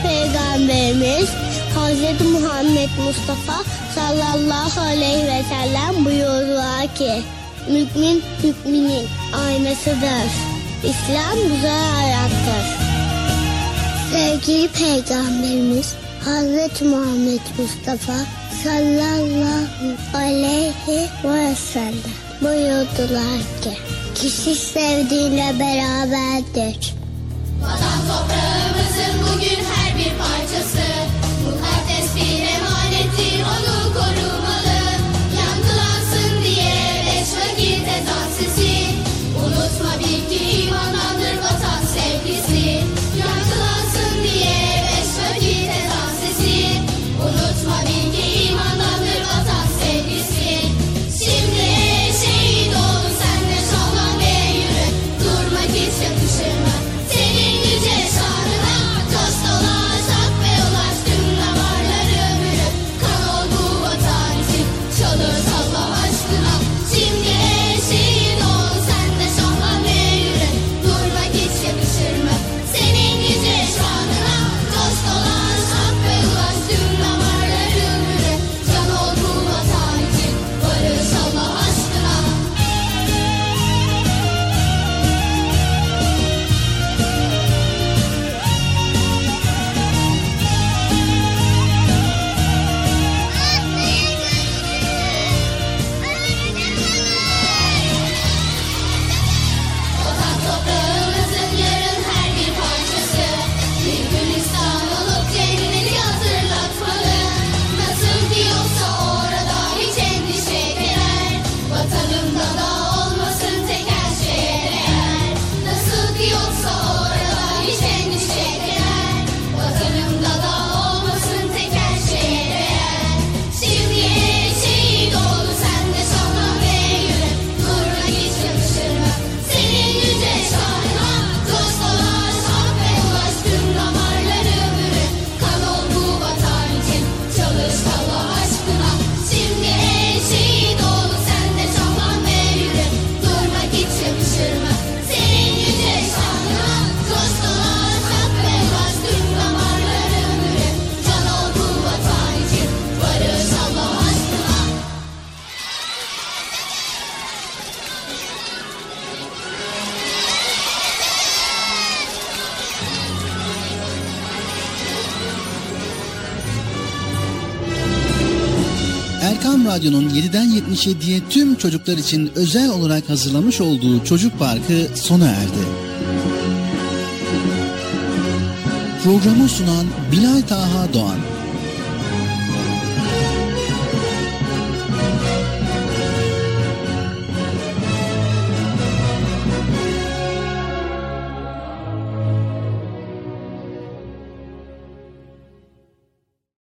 Peygamberimiz Hazreti Muhammed Mustafa sallallahu aleyhi ve sellem buyurdular ki mümin müminin aynasıdır. İslam güzel hayattır. Sevgili Peygamberimiz Hazreti Muhammed Mustafa sallallahu aleyhi ve sellem buyurdular ki kişi sevdiğiyle beraberdir. Vatan toprağımızın bugün her bir parçası, mukaddes bir emanettir, onu korumalı. Yankılansın diye beş vakit ezan sesi, unutma bil ki imandandır vatan sevgisi. Yankılansın diye beş vakit ezan sesi, unutma bil ki imandandır vatan sevgisi. Şimdi şehit ol sen de şahlan ve yürü, durmak hiç yakışır mı? Senin yüce şanına dost dolaş hak ve ulaş tüm damarları ömrü. Kan ol bu vatan için çalış Allah aşkına. Şimdi şehit ol sen de şahlan ve yürü, durmak hiç yakışır mı? Senin yüce şanına dost dolaş hak ve ulaş tüm damarları ömrü. Can ol bu vatan için barış Allah aşkına. Vatan toprağımızın yarın her bir parçası, bir Gülistan olup cenneti hatırlatmalı. Nasıl ki yoksa orada hiç endişe eder, vatanımda da olmasın tek her şeye değer. Nasıl ki yoksa orada hiç endişe eder, vatanımda da olmasın tek her şeye değer. Şimdi şehit ol sen de şahlan ve yürü, durmak hiç yakışır mı? Senin yüce şanına dost dolaş hak ve ulaş tüm damarları ömrü. Kan ol bu vatan için çalış Allah aşkına. Şimdi şehit ol sen de şahlan ve yürü, durmak hiç yakışır mı? Senin yüce şanına dost dolaş hak ve ulaş tüm damarları ömrü. Can ol bu vatan için barış Allah aşkına. Erkam Radyo'nun yediden yetmiş yediye tüm çocuklar için özel olarak hazırlamış olduğu Çocuk Parkı sona erdi. Programı sunan Bilal Taha Doğan.